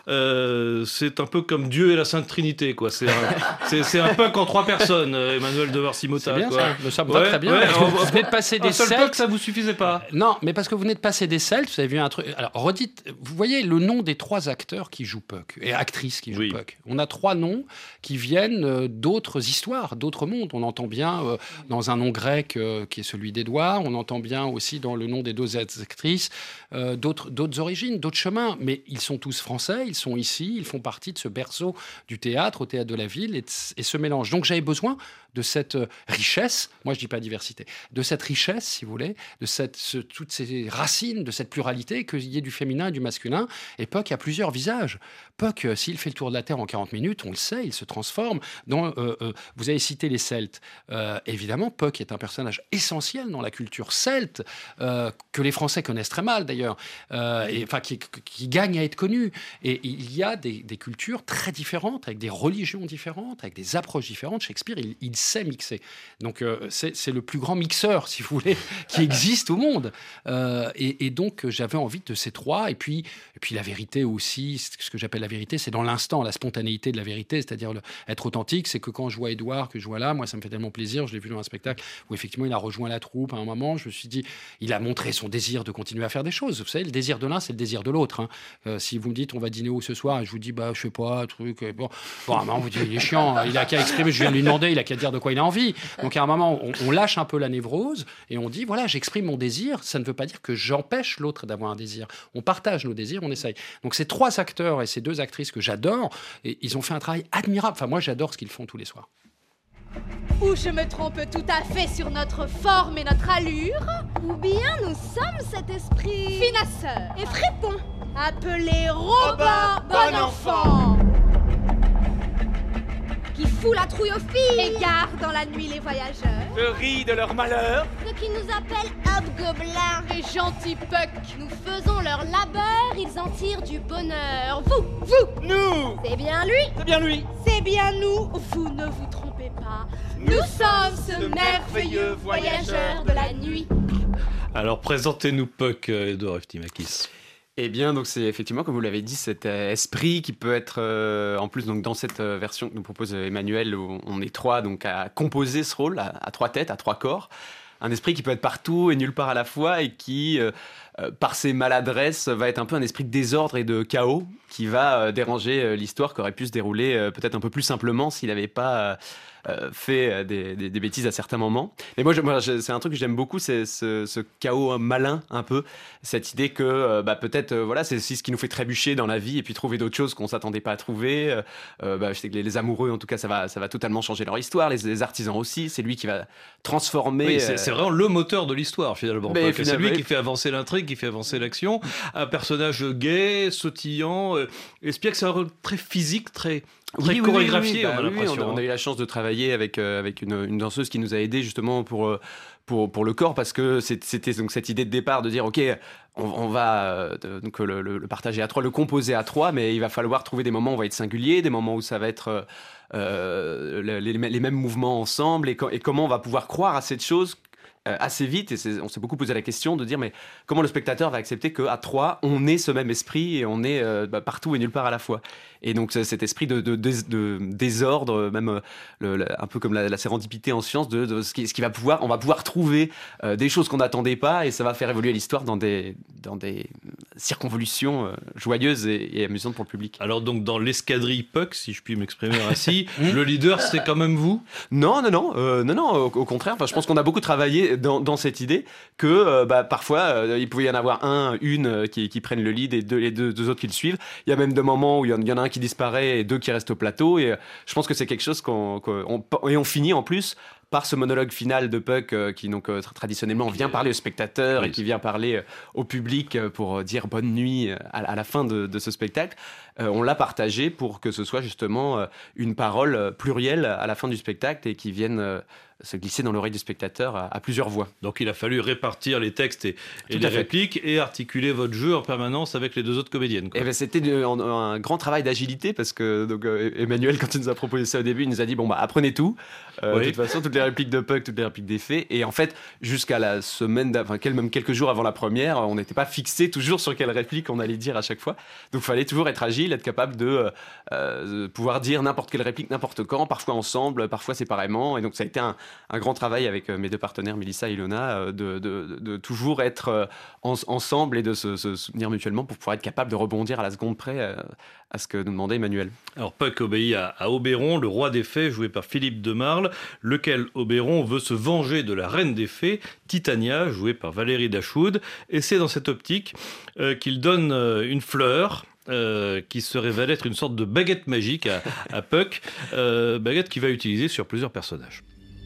euh, c'est un peu comme Dieu et la Sainte Trinité, quoi. C'est un, c'est, c'est un Puck en trois personnes, Emmanuel de Marcy-Motta. C'est bien quoi. ça, ça me va ouais, très bien. Ouais, vous venez de passer des Celtes. Puck, ça vous suffisait pas? Non, mais parce que vous venez de passer des Celtes, vous avez vu un truc. Alors redites, vous voyez le nom des trois acteurs qui jouent Puck et actrices qui jouent oui. Puck. On a trois noms qui viennent euh, d'autres histoires, d'autres mondes. On entend bien euh, dans un nom grec euh, qui est celui d'Édouard, on entend bien aussi dans le nom des deux actrices euh, d'autres, d'autres origines, d'autres chemins. Mais ils sont tous français, ils sont ici, ils font partie de ce berceau du théâtre, au théâtre de la ville, et, et ce mélange. Donc j'avais besoin de cette richesse, moi je dis pas diversité, de cette richesse, si vous voulez, de cette, ce, toutes ces racines, de cette pluralité, qu'il y ait du féminin et du masculin. Et Puck a plusieurs visages. Puck, euh, s'il fait le tour de la Terre en quarante minutes, on le sait, il se transforme. Dans, euh, euh, vous avez cité les Celtes. Euh, évidemment, Puck est un personnage essentiel dans la culture celte, euh, que les Français connaissent très mal d'ailleurs. Euh, et enfin, qui, qui gagne à être connu. Et il y a des, des cultures très différentes, avec des religions différentes, avec des approches différentes. Shakespeare, il, il sait mixer. Donc, euh, c'est, c'est le plus grand mixeur, si vous voulez, qui existe au monde. Euh, et, et donc, j'avais envie de ces trois. Et puis, et puis la vérité aussi, ce que j'appelle la vérité, c'est dans l'instant, la spontanéité de la vérité, c'est-à-dire le, être authentique. C'est que quand je vois Édouard, que je vois là, moi, ça me fait tellement plaisir. Je l'ai vu dans un spectacle où, effectivement, il a rejoint la troupe à un moment. Je me suis dit, il a montré son désir de continuer à faire des choses. Vous savez, le désir de l'un, c'est le désir de l'autre. Hein. Euh, si vous me dites, on va dîner où ce soir, et je vous dis, bah, je sais pas, truc. Et bon, bon, à un moment, vous dites, il est chiant, il a qu'à exprimer, je viens de lui demander, il a qu'à dire de quoi il a envie. Donc, à un moment, on, on lâche un peu la névrose et on dit, voilà, j'exprime mon désir. Ça ne veut pas dire que j'empêche l'autre d'avoir un désir. On partage nos désirs, on essaye. Donc, ces trois acteurs et ces deux actrices que j'adore, et ils ont fait un travail admirable. Enfin, moi, j'adore ce qu'ils font tous les soirs. Ou je me trompe tout à fait sur notre forme et notre allure, ou bien nous sommes cet esprit finaceur et fripon, appelé Robin Bon Enfant, qui fout la trouille aux filles, égare dans la nuit les voyageurs, se rit de leur malheur, ceux qui nous appellent hobgoblins et gentils Puck. Nous faisons leur labeur, ils en tirent du bonheur. Vous, vous, nous, c'est bien lui, c'est bien lui, c'est bien nous, vous ne vous trompez pas. Nous, nous sommes ce merveilleux voyageur de la nuit. Alors, présentez-nous Puck, Édouard Eftimakis. Eh bien, donc c'est effectivement, comme vous l'avez dit, cet euh, esprit qui peut être, euh, en plus, donc dans cette euh, version que nous propose Emmanuel, où on est trois, donc à composer ce rôle, à, à trois têtes, à trois corps. Un esprit qui peut être partout et nulle part à la fois et qui, euh, euh, par ses maladresses, va être un peu un esprit de désordre et de chaos qui va euh, déranger euh, l'histoire qui aurait pu se dérouler euh, peut-être un peu plus simplement s'il n'avait pas euh, euh, fait euh, des, des, des bêtises à certains moments. Et moi, je, moi je, c'est un truc que j'aime beaucoup, c'est ce, ce chaos malin un peu, cette idée que euh, bah, peut-être euh, voilà, c'est aussi ce qui nous fait trébucher dans la vie et puis trouver d'autres choses qu'on ne s'attendait pas à trouver. Euh, euh, bah, je sais que les, les amoureux, en tout cas, ça va, ça va totalement changer leur histoire. Les, les artisans aussi, c'est lui qui va transformer... Oui, c'est, euh... c'est vraiment le moteur de l'histoire, finalement. Mais, finalement c'est lui qui fait avancer l'intrigue, qui fait avancer l'action. Un personnage gai, sautillant, euh, espiègle, c'est un rôle très physique, très... Très oui, chorégraphié, oui, oui, oui. on a bah, l'impression. Oui, on, a, on a eu la chance de travailler avec, euh, avec une, une danseuse qui nous a aidés justement pour, pour, pour le corps, parce que c'était donc cette idée de départ de dire, OK, on, on va euh, donc le, le, le partager à trois, le composer à trois, mais il va falloir trouver des moments où on va être singulier, des moments où ça va être euh, les, les mêmes mouvements ensemble, et, et comment on va pouvoir croire à cette chose assez vite, et c'est, on s'est beaucoup posé la question de dire mais comment le spectateur va accepter qu'à trois on ait ce même esprit et on est euh, bah, partout et nulle part à la fois, et donc cet esprit de, de, de, de désordre, même le, le, un peu comme la, la sérendipité en science, de, de ce, qui, ce qui va pouvoir, on va pouvoir trouver euh, des choses qu'on n'attendait pas, et ça va faire évoluer l'histoire dans des, dans des circonvolutions euh, joyeuses et, et amusantes pour le public. Alors donc dans l'escadrille Puck, si je puis m'exprimer ainsi, le leader c'est quand même vous? Non, non, non, euh, non, non, au, au contraire, enfin, je pense qu'on a beaucoup travaillé Dans, dans cette idée que euh, bah, parfois euh, il pouvait y en avoir un, une euh, qui, qui prennent le lead et deux, les deux, deux autres qui le suivent. Il y a même des moments où il y en, il y en a un qui disparaît et deux qui restent au plateau, et euh, je pense que c'est quelque chose qu'on, qu'on on, et on finit en plus par ce monologue final de Puck euh, qui donc euh, traditionnellement vient parler au spectateur oui, et qui vient parler euh, au public euh, pour dire bonne nuit euh, à, à la fin de, de ce spectacle. Euh, on l'a partagé pour que ce soit justement euh, une parole euh, plurielle à la fin du spectacle et qui vienne euh, se glisser dans l'oreille du spectateur à, à plusieurs voix. Donc il a fallu répartir les textes et, et les répliques et articuler votre jeu en permanence avec les deux autres comédiennes. Quoi. Et ben, c'était de, un, un grand travail d'agilité parce que donc, euh, Emmanuel, quand il nous a proposé ça au début, il nous a dit bon bah apprenez tout. Euh, oui. De toute façon, toutes les répliques de Puck, toutes les répliques d'effet. Et en fait, jusqu'à la semaine, enfin même quelques jours avant la première, on n'était pas fixé toujours sur quelle réplique on allait dire à chaque fois. Donc il fallait toujours être agile, être capable de, euh, de pouvoir dire n'importe quelle réplique, n'importe quand, parfois ensemble, parfois séparément. Et donc ça a été un un grand travail avec mes deux partenaires, Mélissa et Ilona, de, de, de, de toujours être en, ensemble et de se, se soutenir mutuellement pour pouvoir être capable de rebondir à la seconde près à, à ce que nous demandait Emmanuel. Alors Puck obéit à, à Oberon, le roi des fées, joué par Philippe de Marle, lequel Oberon veut se venger de la reine des fées, Titania, jouée par Valérie Dachoud, et c'est dans cette optique euh, qu'il donne euh, une fleur Euh, qui se révèle être une sorte de baguette magique à, à Puck, euh, baguette qu'il va utiliser sur plusieurs personnages.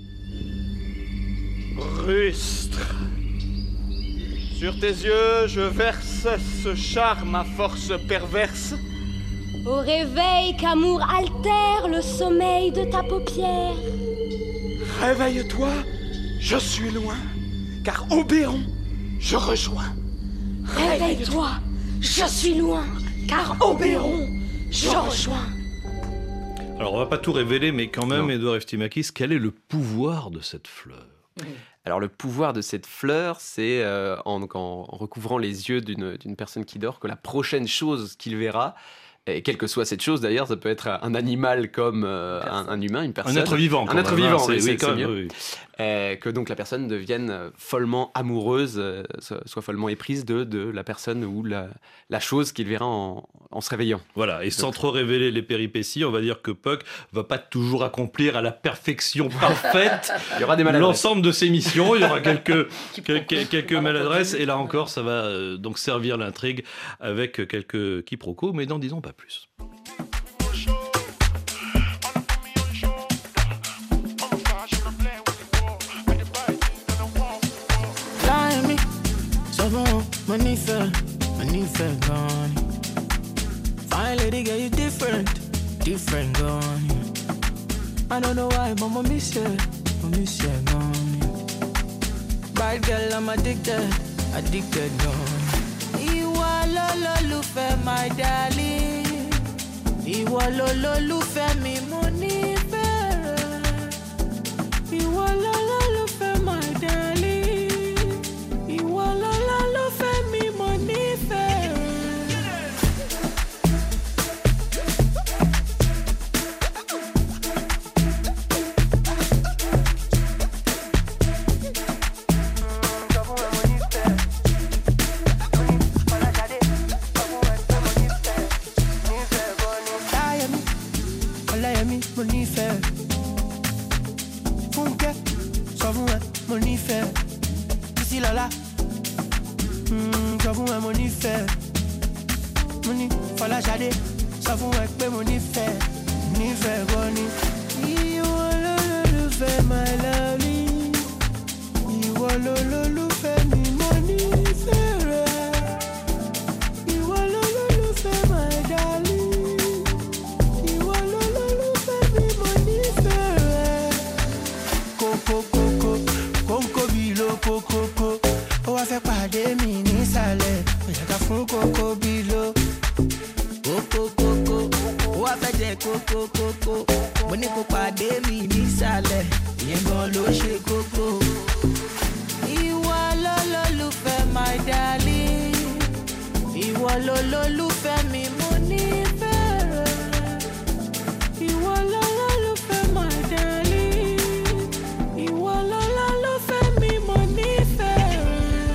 Rustre, sur tes yeux, je verse ce charme à force perverse. Au réveil qu'amour altère le sommeil de ta paupière. Réveille-toi, je suis loin, car Oberon, je rejoins. Réveille-toi, Je suis loin, car Oberon, je rejoins. Alors, on va pas tout révéler, mais quand même, Non. Édouard Eftimakis, quel est le pouvoir de cette fleur ? Alors le pouvoir de cette fleur, c'est euh, en, donc, en, en recouvrant les yeux d'une, d'une personne qui dort, que la prochaine chose qu'il verra, et quelle que soit cette chose d'ailleurs, ça peut être un animal comme euh, un, un humain, une personne. Un être vivant. Un être vivant, oui, c'est, c'est, oui, quand c'est même, mieux. oui. Euh, que donc la personne devienne follement amoureuse, euh, soit, soit follement éprise de, de la personne ou la, la chose qu'il verra en, en se réveillant. Voilà, et sans trop révéler les péripéties, on va dire que Puck va pas toujours accomplir à la perfection parfaite Il y aura des maladresses. l'ensemble de ses missions, il y aura quelques, quelques, quelques maladresses, et là encore, ça va euh, donc servir l'intrigue avec quelques quiproquos, mais n'en disons pas plus. Fly me, so bon, money fair, money fair gone. Fine lady, girl, you different, different gone. I don't know why, but my miss you, my miss you gone. Bad girl, I'm addicted, addicted gone. Ìwọ lolólùfẹ́, my darling. Ìwọ lolólùfẹ́ mi, mo nífẹ̀ẹ́ rẹ. Ìwọ lolólùfẹ́, my darling. Ìwọ lolólùfẹ́ mi, mo nífẹ̀ẹ́ rẹ. Ọláyẹmí, Ọláyẹmí, mo nífẹ̀ẹ́. Fúnkẹ́, sọ fún ẹ, mo nífẹ̀ẹ́. Títílọlá, mm, sọ fún ẹ, mo nífẹ̀ẹ́. Mo ní Fọláṣadé, sọ fún ẹ pé mo nífẹ̀ẹ́. Nífẹ̀ẹ́ gan ni. Ìwọ lolólùfẹ́, my lovely. Ìwọ lolólùfẹ́ mi, mo nífẹ̀ẹ́ rẹ. Ìwọ lolólùfẹ́, my darling. Ìwọ lolólùfẹ́ mi, mo nífẹ̀ẹ́ rẹ. Kókókókó, kóńkó bí ló kókókó. Ó wá fẹ́ pàdé mi nísàlẹ̀, ó yẹ ká fún kókó bí ló. Kókókókó, ó wá fẹ́ jẹ kókókókó. Mo ní kó pàdé mi nísàlẹ̀, ìyẹn gan ló ṣe kókó. Ìwọ lolólùfẹ́, my darling. Ìwọ lolólùfẹ́ mi, mo nífẹ̀ẹ́ rẹ. Ìwọ lolólùfẹ́, my darling. Ìwọ lolólùfẹ́ mi, mo nífẹ̀ẹ́ rẹ.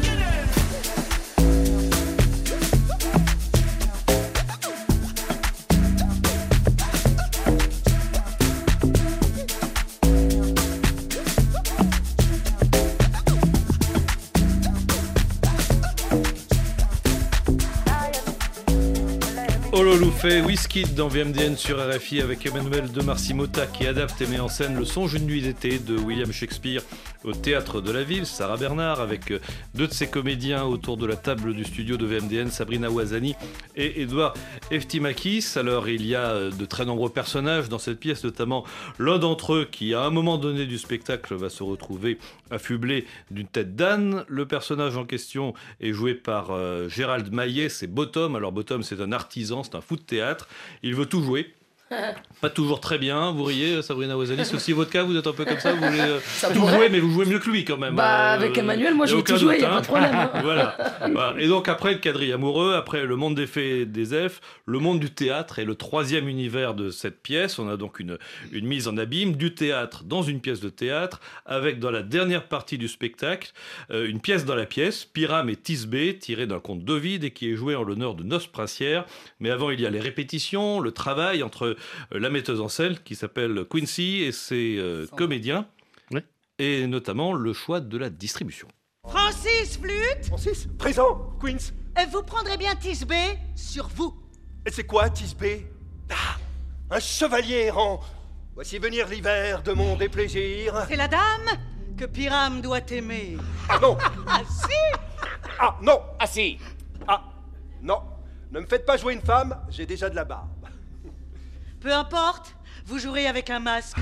Ololoufé, Wizkid dans V M D N sur R F I avec Emmanuel de Marcy-Motta qui adapte et met en scène Le Songe d'une nuit d'été de William Shakespeare au Théâtre de la Ville. Sarah Bernard avec deux de ses comédiens autour de la table du studio de V M D N, Sabrina Ouazani et Édouard Eftimakis. Alors il y a de très nombreux personnages dans cette pièce, notamment l'un d'entre eux qui à un moment donné du spectacle va se retrouver affublé d'une tête d'âne. Le personnage en question est joué par euh, Gérald Maillet, c'est Bottom. Alors Bottom c'est un artisan, c'est un fou de théâtre, il veut tout jouer. Pas toujours très bien, vous riez, Sabrina Ouazani, c'est aussi votre cas, vous êtes un peu comme ça, vous voulez euh, tout pourrait. jouer, mais vous jouez mieux que lui quand même. Bah, Euh, avec Emmanuel, moi, y a je vais aucun tout jouer, doute, y a hein. pas de problème, hein. Voilà. Voilà. Et donc après le quadrille amoureux, après le monde des fées et des elfes, le monde du théâtre est le troisième univers de cette pièce. On a donc une, une mise en abîme du théâtre dans une pièce de théâtre, avec dans la dernière partie du spectacle, euh, une pièce dans la pièce, Pyram et Thisbé, tirée d'un conte d'Ovide et qui est jouée en l'honneur de Noce Princière. Mais avant, il y a les répétitions, le travail entre euh, la metteuse en scène qui s'appelle Quincy et ses euh, comédiens, ouais. Et notamment le choix de la distribution. Francis Flûte. Francis, présent. Queens. Vous prendrez bien Thisbé sur vous. Et c'est quoi, Thisbé? Ah, un chevalier errant. Voici venir l'hiver de mon déplaisir. C'est la dame que Pyram doit aimer. Ah non. Ah si. Ah non. Ah si. Ah non. Ne me faites pas jouer une femme, j'ai déjà de la barbe. Peu importe, vous jouerez avec un masque.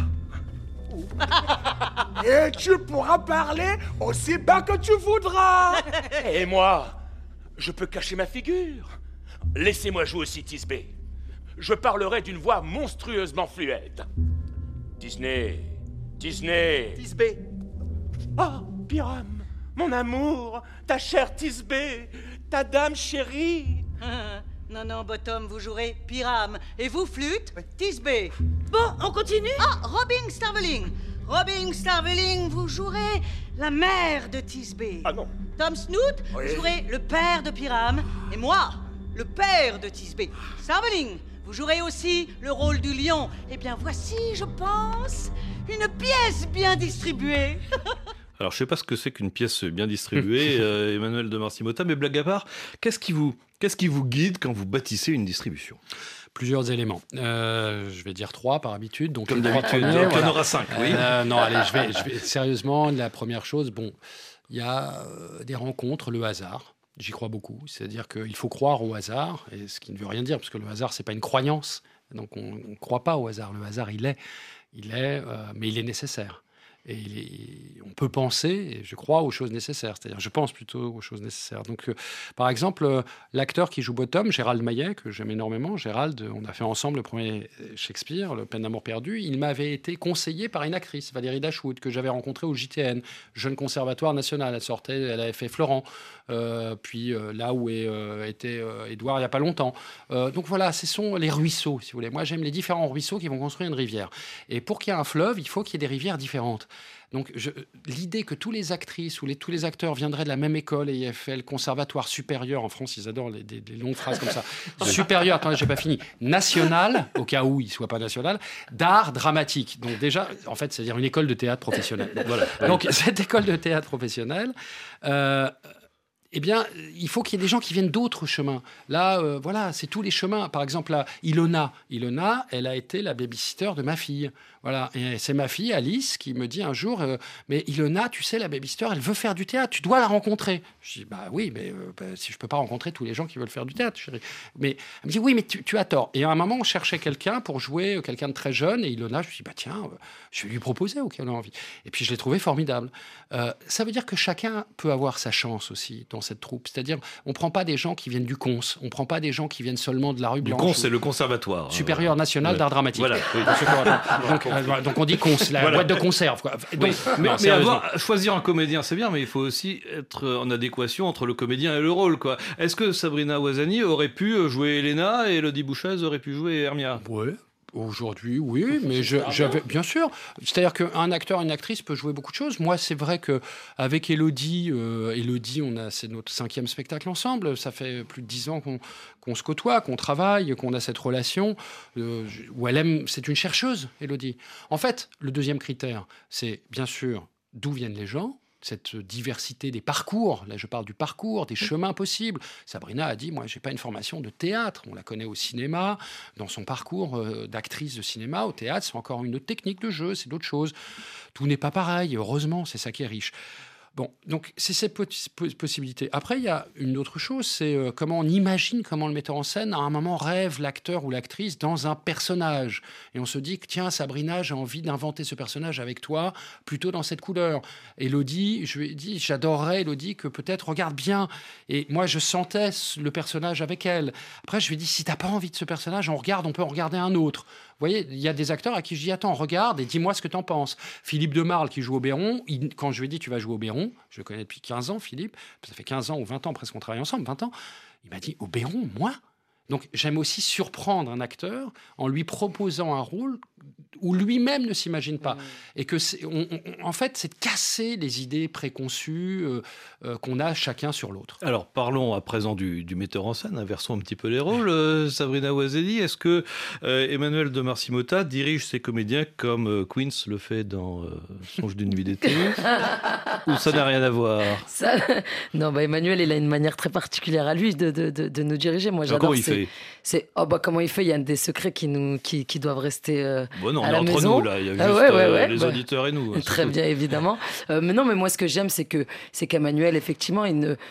Et tu pourras parler aussi bas que tu voudras. Et moi, je peux cacher ma figure. Laissez-moi jouer aussi Tisbé. Je parlerai d'une voix monstrueusement fluide. Disney, Disney. Tisbé. Oh, Pyram, mon amour, ta chère Tisbé, ta dame chérie. Non, non, Bottom, vous jouerez Pyram. Et vous, flûte, oui. Tisbé. Bon, on continue? Ah, Robin Starveling. Robin Starveling, vous jouerez la mère de Tisbé. Ah non. Tom Snoot, oui. Vous jouerez le père de Pyram. Et moi, le père de Tisbé. Starveling, vous jouerez aussi le rôle du lion. Eh bien, voici, je pense, une pièce bien distribuée. Alors, je ne sais pas ce que c'est qu'une pièce bien distribuée, euh, Emmanuel de Marcy-Motta, mais blague à part, qu'est-ce qui vous, qu'est-ce qui vous guide quand vous bâtissez une distribution ? Plusieurs éléments. Euh, je vais dire trois par habitude. Donc Comme les trois d'habitude, premiers, donc il y en voilà. aura cinq, oui. Euh, non, allez, je vais, je vais sérieusement. La première chose, bon, il y a euh, des rencontres, le hasard. J'y crois beaucoup. C'est-à-dire qu'il faut croire au hasard, et ce qui ne veut rien dire, parce que le hasard, c'est pas une croyance. Donc on ne croit pas au hasard. Le hasard, il est, il est, euh, mais il est nécessaire. Et il est, on peut penser, et je crois, aux choses nécessaires. C'est-à-dire, je pense plutôt aux choses nécessaires. Donc, euh, par exemple, euh, l'acteur qui joue Bottom, Gérald Maillet, que j'aime énormément, Gérald, on a fait ensemble le premier Shakespeare, Le Peine d'amour perdu. Il m'avait été conseillé par une actrice, Valérie Dashwood, que j'avais rencontrée au J T N, Jeune Conservatoire National. Elle sortait, elle avait fait Florent, euh, puis euh, là où est, euh, était euh, Édouard il n'y a pas longtemps. Euh, donc voilà, ce sont les ruisseaux, si vous voulez. Moi, j'aime les différents ruisseaux qui vont construire une rivière. Et pour qu'il y ait un fleuve, il faut qu'il y ait des rivières différentes. Donc, je, l'idée que tous les actrices ou les, tous les acteurs viendraient de la même école et aient fait le conservatoire supérieur, en France, ils adorent les, des, des longues phrases comme ça, supérieur, attendez, j'ai pas fini, national, au cas où il ne soit pas national, d'art dramatique. Donc déjà, en fait, c'est-à-dire une école de théâtre professionnelle. Voilà. Donc, cette école de théâtre professionnelle... Euh, eh bien, il faut qu'il y ait des gens qui viennent d'autres chemins. Là, euh, voilà, c'est tous les chemins. Par exemple, là, Ilona. Ilona, elle a été la babysitter de ma fille. Voilà, et c'est ma fille, Alice, qui me dit un jour, euh, mais Ilona, tu sais, la babysitter, elle veut faire du théâtre, tu dois la rencontrer. Je dis, bah oui, mais euh, bah, si je peux pas rencontrer tous les gens qui veulent faire du théâtre, chérie. Mais elle me dit, oui, mais tu, tu as tort. Et à un moment, on cherchait quelqu'un pour jouer, euh, quelqu'un de très jeune, et Ilona, je me dis, bah tiens, euh, je vais lui proposer, ok, on a envie. Et puis, je l'ai trouvé formidable. Euh, ça veut dire que chacun peut avoir sa chance aussi dans cette troupe. C'est-à-dire, on ne prend pas des gens qui viennent du Cons, on ne prend pas des gens qui viennent seulement de la rue Blanche. Du Cons, c'est le conservatoire. Supérieur national ouais. d'art dramatique. Voilà. Oui. donc, euh, donc, on dit Cons, la voilà. boîte de conserve. Quoi. Donc, oui. Mais, non, mais avoir, choisir un comédien, c'est bien, mais il faut aussi être en adéquation entre le comédien et le rôle. Quoi. Est-ce que Sabrina Ouazani aurait pu jouer Elena et Elodie Bouchez aurait pu jouer Hermia ? Oui. Aujourd'hui, oui, mais je, j'avais bien sûr. C'est-à-dire qu'un acteur, une actrice peut jouer beaucoup de choses. Moi, c'est vrai que avec Elodie, euh, Elodie, on a c'est notre cinquième spectacle ensemble. Ça fait plus de dix ans qu'on, qu'on se côtoie, qu'on travaille, qu'on a cette relation euh, où elle aime. C'est une chercheuse, Elodie. En fait, le deuxième critère, c'est bien sûr d'où viennent les gens. Cette diversité des parcours, là je parle du parcours, des chemins possibles. Sabrina a dit, moi j'ai pas une formation de théâtre, on la connaît au cinéma, dans son parcours euh, d'actrice de cinéma, au théâtre c'est encore une autre technique de jeu, c'est d'autres choses. Tout n'est pas pareil, heureusement, c'est ça qui est riche. Bon, donc c'est ces possibilités. Après, il y a une autre chose, c'est euh, comment on imagine, comment le metteur en scène, à un moment, rêve l'acteur ou l'actrice dans un personnage. Et on se dit que, tiens, Sabrina, j'ai envie d'inventer ce personnage avec toi, plutôt dans cette couleur. Élodie, je lui ai dit, j'adorerais, Élodie, que peut-être, regarde bien. Et moi, je sentais le personnage avec elle. Après, je lui ai dit, si t'as pas envie de ce personnage, on regarde, on peut en regarder un autre. Vous voyez, il y a des acteurs à qui je dis, attends, regarde et dis-moi ce que t'en penses. Philippe Demarle, qui joue au Béron, il, quand je lui ai dit, tu vas jouer au Béron, je le connais depuis quinze ans, Philippe, ça fait quinze ans ou vingt ans presque qu'on travaille ensemble, vingt ans, il m'a dit, au Béron, moi ? Donc, j'aime aussi surprendre un acteur en lui proposant un rôle où lui-même ne s'imagine pas. Mmh. Et que, c'est, on, on, en fait, c'est de casser les idées préconçues euh, euh, qu'on a chacun sur l'autre. Alors, parlons à présent du, du metteur en scène, inversons un petit peu les rôles. Euh, Sabrina Ouazani, est-ce que euh, Emmanuel de Marcy-Motta dirige ses comédiens comme euh, Queens le fait dans euh, Songe d'une nuit d'été ou ça n'a rien à voir? ça, Non, bah Emmanuel, il a une manière très particulière à lui de, de, de, de nous diriger. Moi, j'adore. Comment il c'est, fait c'est, oh, bah, comment il fait? Il y a des secrets qui, nous, qui, qui doivent rester euh, bon, non, à on la est entre maison. nous, là. Il y a juste ah, ouais, ouais, ouais, euh, les bah, auditeurs et nous. Très bien, évidemment. Euh, mais non, mais moi, ce que j'aime, c'est, que, c'est qu'Emmanuel, effectivement, il ne...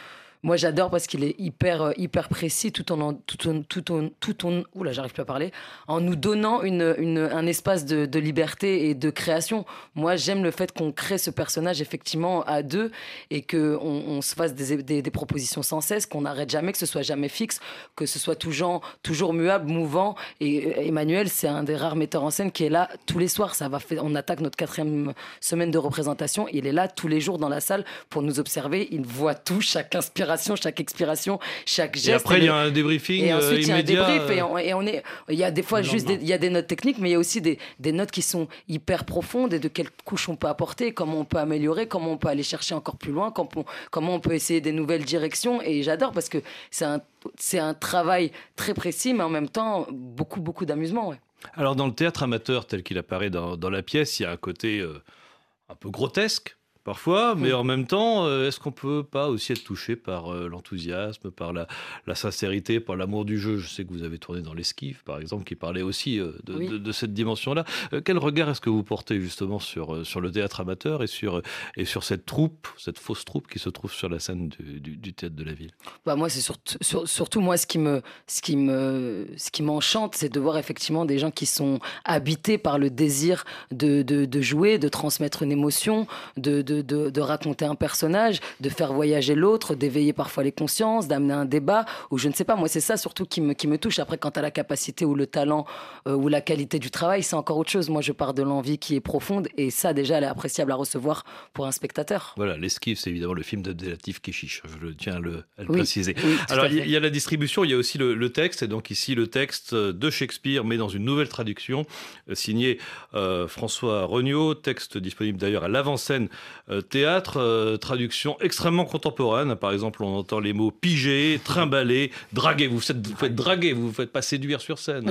Moi, j'adore parce qu'il est hyper, hyper précis, tout en, tout en, tout en, tout en, oula, j'arrive plus à parler, en nous donnant une, une, un espace de, de liberté et de création. Moi, j'aime le fait qu'on crée ce personnage effectivement à deux et qu'on on se fasse des, des, des propositions sans cesse, qu'on n'arrête jamais, que ce soit jamais fixe, que ce soit toujours, toujours muable, mouvant. Et Emmanuel, c'est un des rares metteurs en scène qui est là tous les soirs. Ça va faire, on attaque notre quatrième semaine de représentation. Il est là tous les jours dans la salle pour nous observer. Il voit tout, chaque inspiration, chaque expiration, chaque geste. Et après, il y a un débriefing et ensuite, immédiat. Il y a un débrief et on, et on est. Il y a des fois juste des, il y a des notes techniques, mais il y a aussi des, des notes qui sont hyper profondes et de quelle couche on peut apporter, comment on peut améliorer, comment on peut aller chercher encore plus loin, comment on, comment on peut essayer des nouvelles directions. Et j'adore parce que c'est un, c'est un travail très précis, mais en même temps beaucoup, beaucoup d'amusement. Ouais. Alors dans le théâtre amateur tel qu'il apparaît dans, dans la pièce, il y a un côté euh, un peu grotesque. Parfois, mais en même temps, euh, est-ce qu'on peut pas aussi être touché par euh, l'enthousiasme, par la, la sincérité, par l'amour du jeu? Je sais que vous avez tourné dans l'Esquif, par exemple, qui parlait aussi euh, de, oui. de, de cette dimension-là. Euh, quel regard est-ce que vous portez justement sur, euh, sur le théâtre amateur et sur, euh, et sur cette troupe, cette fausse troupe qui se trouve sur la scène du, du, du théâtre de la ville? Bah moi, c'est surtout, sur, surtout moi, ce qui me, ce qui me, ce qui m'enchante, c'est de voir effectivement des gens qui sont habités par le désir de, de, de jouer, de transmettre une émotion, de, de De, de, de raconter un personnage, de faire voyager l'autre, d'éveiller parfois les consciences, d'amener un débat, ou je ne sais pas, moi c'est ça surtout qui me, qui me touche. Après, quant à la capacité ou le talent euh, ou la qualité du travail, c'est encore autre chose. Moi je pars de l'envie qui est profonde et ça déjà elle est appréciable à recevoir pour un spectateur. Voilà, l'Esquif, c'est évidemment le film d'Abdelatif Kechiche, je tiens à le, à le oui, préciser. Oui, alors il y a la distribution, il y a aussi le, le texte, et donc ici le texte de Shakespeare, mais dans une nouvelle traduction, euh, signé euh, François Regnault, texte disponible d'ailleurs à l'avant-scène euh, théâtre, euh, traduction extrêmement contemporaine. Par exemple, on entend les mots piger, trimballer, draguer. Vous faites, vous faites draguer, vous ne faites pas séduire sur scène.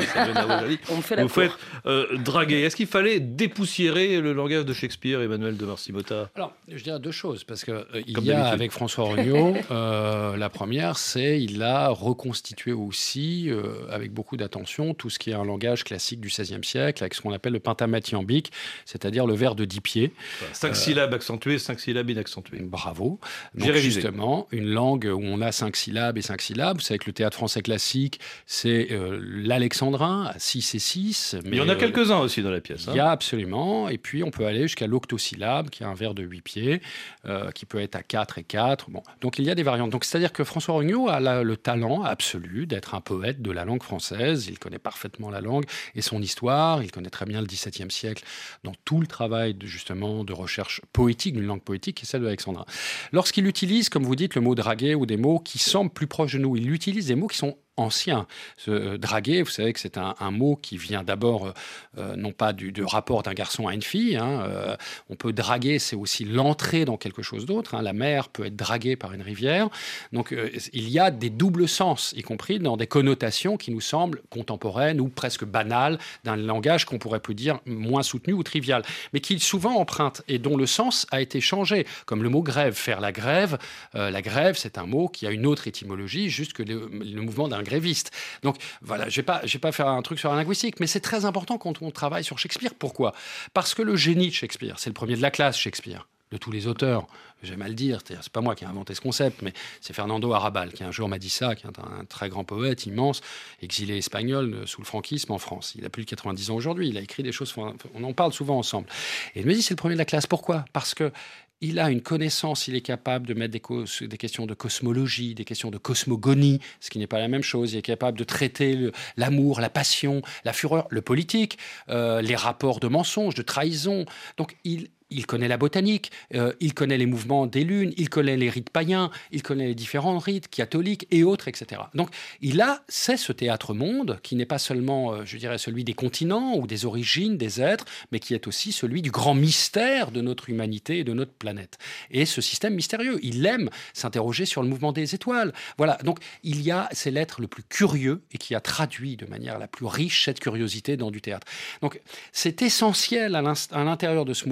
On me fait la vous faites euh, draguer. Est-ce qu'il fallait dépoussiérer le langage de Shakespeare, Emmanuel de Marcy-Motta? Alors, je dirais deux choses, parce qu'il euh, y a avec François Regnault, euh, la première, c'est il a reconstitué aussi, euh, avec beaucoup d'attention, tout ce qui est un langage classique du seizième siècle, avec ce qu'on appelle le pentamathiambique, c'est-à-dire le vers de dix pieds. Cinq euh, syllabes accentuées, cinq syllabes inaccentuées. Bravo. Donc, justement, une langue où on a cinq syllabes et cinq syllabes. Vous savez que le théâtre français classique, c'est euh, l'alexandrin, à six et six. Mais il y en a euh, quelques-uns aussi dans la pièce. Il hein. y a absolument. Et puis, on peut aller jusqu'à l'octosyllabe, qui est un vers de huit pieds, euh, qui peut être à quatre et quatre. Bon. Donc, il y a des variantes. Donc, c'est-à-dire que François Regnault a la, le talent absolu d'être un poète de la langue française. Il connaît parfaitement la langue et son histoire. Il connaît très bien le dix-septième siècle dans tout le travail, de, justement, de recherche poétique, d'une langue poétique, qui est celle de l'alexandrin. Lorsqu'il utilise, comme vous dites, le mot draguer ou des mots qui semblent plus proches de nous, il utilise des mots qui sont ancien. Ce, euh, draguer, vous savez que c'est un, un mot qui vient d'abord, euh, non pas du, du rapport d'un garçon à une fille. Hein, euh, on peut draguer, c'est aussi l'entrée dans quelque chose d'autre. Hein, la mer peut être draguée par une rivière. Donc, euh, il y a des doubles sens, y compris dans des connotations qui nous semblent contemporaines ou presque banales d'un langage qu'on pourrait plus dire moins soutenu ou trivial, mais qui souvent emprunte et dont le sens a été changé, comme le mot grève. Faire la grève, euh, la grève, c'est un mot qui a une autre étymologie, juste que le, le mouvement d'un gréviste. Donc voilà, je ne vais pas, je vais pas faire un truc sur la linguistique, mais c'est très important quand on travaille sur Shakespeare. Pourquoi ? Parce que le génie de Shakespeare, c'est le premier de la classe, Shakespeare, de tous les auteurs. J'aime à le dire, c'est pas moi qui ai inventé ce concept, mais c'est Fernando Arrabal qui un jour m'a dit ça, qui est un très grand poète immense, exilé espagnol sous le franquisme en France. Il a plus de quatre-vingt-dix ans aujourd'hui, il a écrit des choses, on en parle souvent ensemble. Et il me dit c'est le premier de la classe. Pourquoi ? Parce que il a une connaissance, il est capable de mettre des, cos- des questions de cosmologie, des questions de cosmogonie, ce qui n'est pas la même chose. Il est capable de traiter le, l'amour, la passion, la fureur, le politique, euh, les rapports de mensonges, de trahison. Donc il... Il connaît la botanique, euh, il connaît les mouvements des lunes, il connaît les rites païens, il connaît les différents rites catholiques et autres, et cetera. Donc, il a, c'est ce théâtre-monde qui n'est pas seulement, euh, je dirais, celui des continents ou des origines des êtres, mais qui est aussi celui du grand mystère de notre humanité et de notre planète. Et ce système mystérieux, il aime s'interroger sur le mouvement des étoiles. Voilà, donc il y a, c'est l'être le plus curieux et qui a traduit de manière la plus riche cette curiosité dans du théâtre. Donc, c'est essentiel à, à l'intérieur de ce mouvement de trouver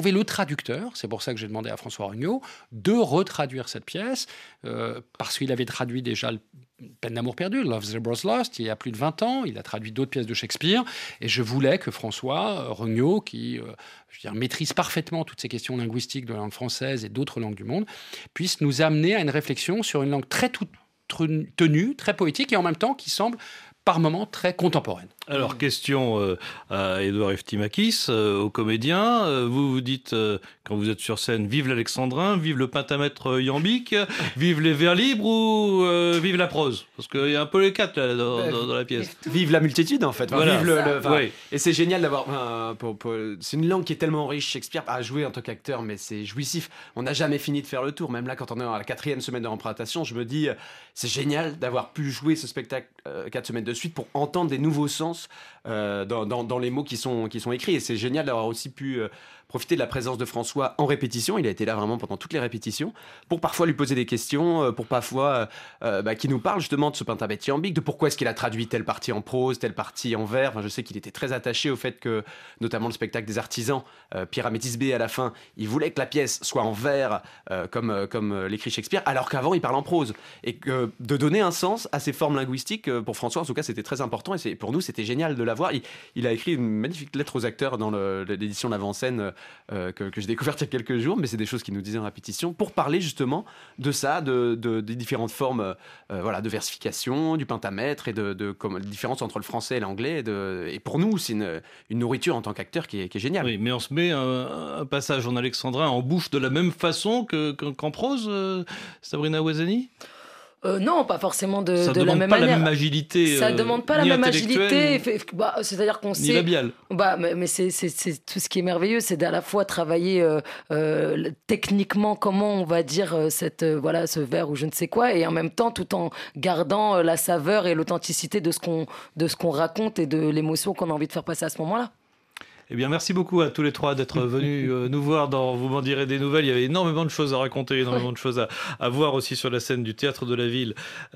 trouvé le traducteur, c'est pour ça que j'ai demandé à François Regnault de retraduire cette pièce, euh, parce qu'il avait traduit déjà le Peine d'amour perdu, Love Zebra's Lost, il y a plus de vingt ans. Il a traduit d'autres pièces de Shakespeare. Et je voulais que François Regnault, qui euh, je veux dire, maîtrise parfaitement toutes ces questions linguistiques de la langue française et d'autres langues du monde, puisse nous amener à une réflexion sur une langue très toute tenue, très poétique et en même temps qui semble par moments très contemporaine. Alors, question euh, à Édouard Eftimakis, euh, aux comédiens. Euh, vous vous dites, euh, quand vous êtes sur scène, vive l'alexandrin, vive le pentamètre iambique, vive les vers libres ou euh, vive la prose? Parce qu'il y a un peu les quatre là, dans, euh, dans, dans la pièce. Vive la multitude, en fait. Enfin, voilà. Vive le, le, enfin, oui. Et c'est génial d'avoir... Enfin, pour, pour, c'est une langue qui est tellement riche, Shakespeare, à jouer en tant qu'acteur, mais c'est jouissif. On n'a jamais fini de faire le tour. Même là, quand on est à la quatrième semaine de représentation, je me dis, euh, c'est génial d'avoir pu jouer ce spectacle euh, quatre semaines de suite pour entendre des nouveaux sens euh, Dans, dans, dans les mots qui sont, qui sont écrits. Et c'est génial d'avoir aussi pu euh, profiter de la présence de François en répétition. Il a été là vraiment pendant toutes les répétitions pour parfois lui poser des questions, euh, pour parfois euh, bah, qui nous parle justement de ce pentamètre iambique, de pourquoi est-ce qu'il a traduit telle partie en prose, telle partie en vers. Enfin, je sais qu'il était très attaché au fait que, notamment le spectacle des artisans, euh, Pierre Amétis B à la fin, il voulait que la pièce soit en vers euh, comme, euh, comme euh, l'écrit Shakespeare, alors qu'avant il parle en prose. Et que euh, de donner un sens à ces formes linguistiques, euh, pour François en tout cas c'était très important et c'est, pour nous c'était génial de l'avoir. Il, Il a écrit une magnifique lettre aux acteurs dans le, l'édition de l'avant-scène euh, que, que j'ai découverte il y a quelques jours, mais c'est des choses qu'il nous disait en répétition pour parler justement de ça, de, de, des différentes formes euh, voilà, de versification, du pentamètre et de, de comme, la différence entre le français et l'anglais. Et, de, et pour nous, c'est une, une nourriture en tant qu'acteur qui est, qui est géniale. Oui, mais on se met un, un passage en alexandrin en bouche de la même façon que, qu'en prose, euh, Sabrina Ouazani? Euh, non, pas forcément de, ça de la même manière. Ça demande pas la même agilité. Ça euh, demande pas la même agilité. Ni... Bah, c'est-à-dire qu'on ni sait. Labiale. Bah, mais, mais c'est, c'est, c'est tout ce qui est merveilleux, c'est d'à la fois travailler euh, euh, techniquement comment on va dire euh, cette euh, voilà ce vers ou je ne sais quoi, et en même temps tout en gardant euh, la saveur et l'authenticité de ce qu'on de ce qu'on raconte et de l'émotion qu'on a envie de faire passer à ce moment-là. Eh bien, merci beaucoup à tous les trois d'être venus euh, nous voir dans Vous m'en direz des nouvelles. Il y avait énormément de choses à raconter, énormément de choses à, à voir aussi sur la scène du Théâtre de la Ville.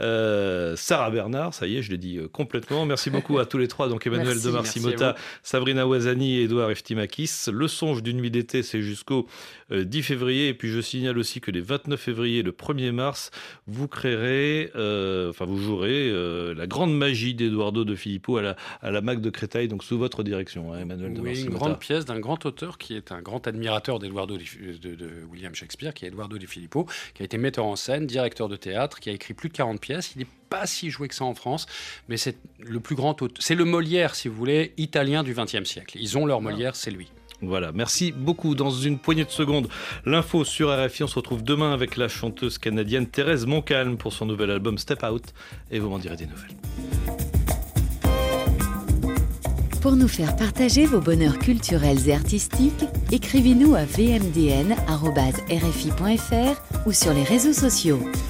Euh, Sarah Bernard, ça y est, je l'ai dit euh, complètement. Merci beaucoup à tous les trois. Donc Emmanuel merci, de Marcy-Motta, Sabrina Ouazani et Édouard Eftimakis. Le songe d'une nuit d'été, c'est jusqu'au euh, dix février. Et puis je signale aussi que les vingt-neuf février et le premier mars, vous créerez, euh, enfin vous jouerez euh, la grande magie d'Eduardo de Filippo à la, à la Mac de Créteil, donc sous votre direction, hein, Emmanuel de oui. Marcy-Motta. Une grande pièce d'un grand auteur qui est un grand admirateur d'Eduardo de, de, de William Shakespeare, qui est Edoardo de Filippo, qui a été metteur en scène, directeur de théâtre, qui a écrit plus de quarante pièces. Il n'est pas si joué que ça en France, mais c'est le plus grand auteur. C'est le Molière, si vous voulez, italien du vingtième siècle. Ils ont leur Molière, c'est lui. Voilà, merci beaucoup. Dans une poignée de secondes, l'info sur R F I. On se retrouve demain avec la chanteuse canadienne Thérèse Montcalm pour son nouvel album Step Out. Et vous m'en direz des nouvelles. Pour nous faire partager vos bonheurs culturels et artistiques, écrivez-nous à v m d n arobase r f i point f r ou sur les réseaux sociaux.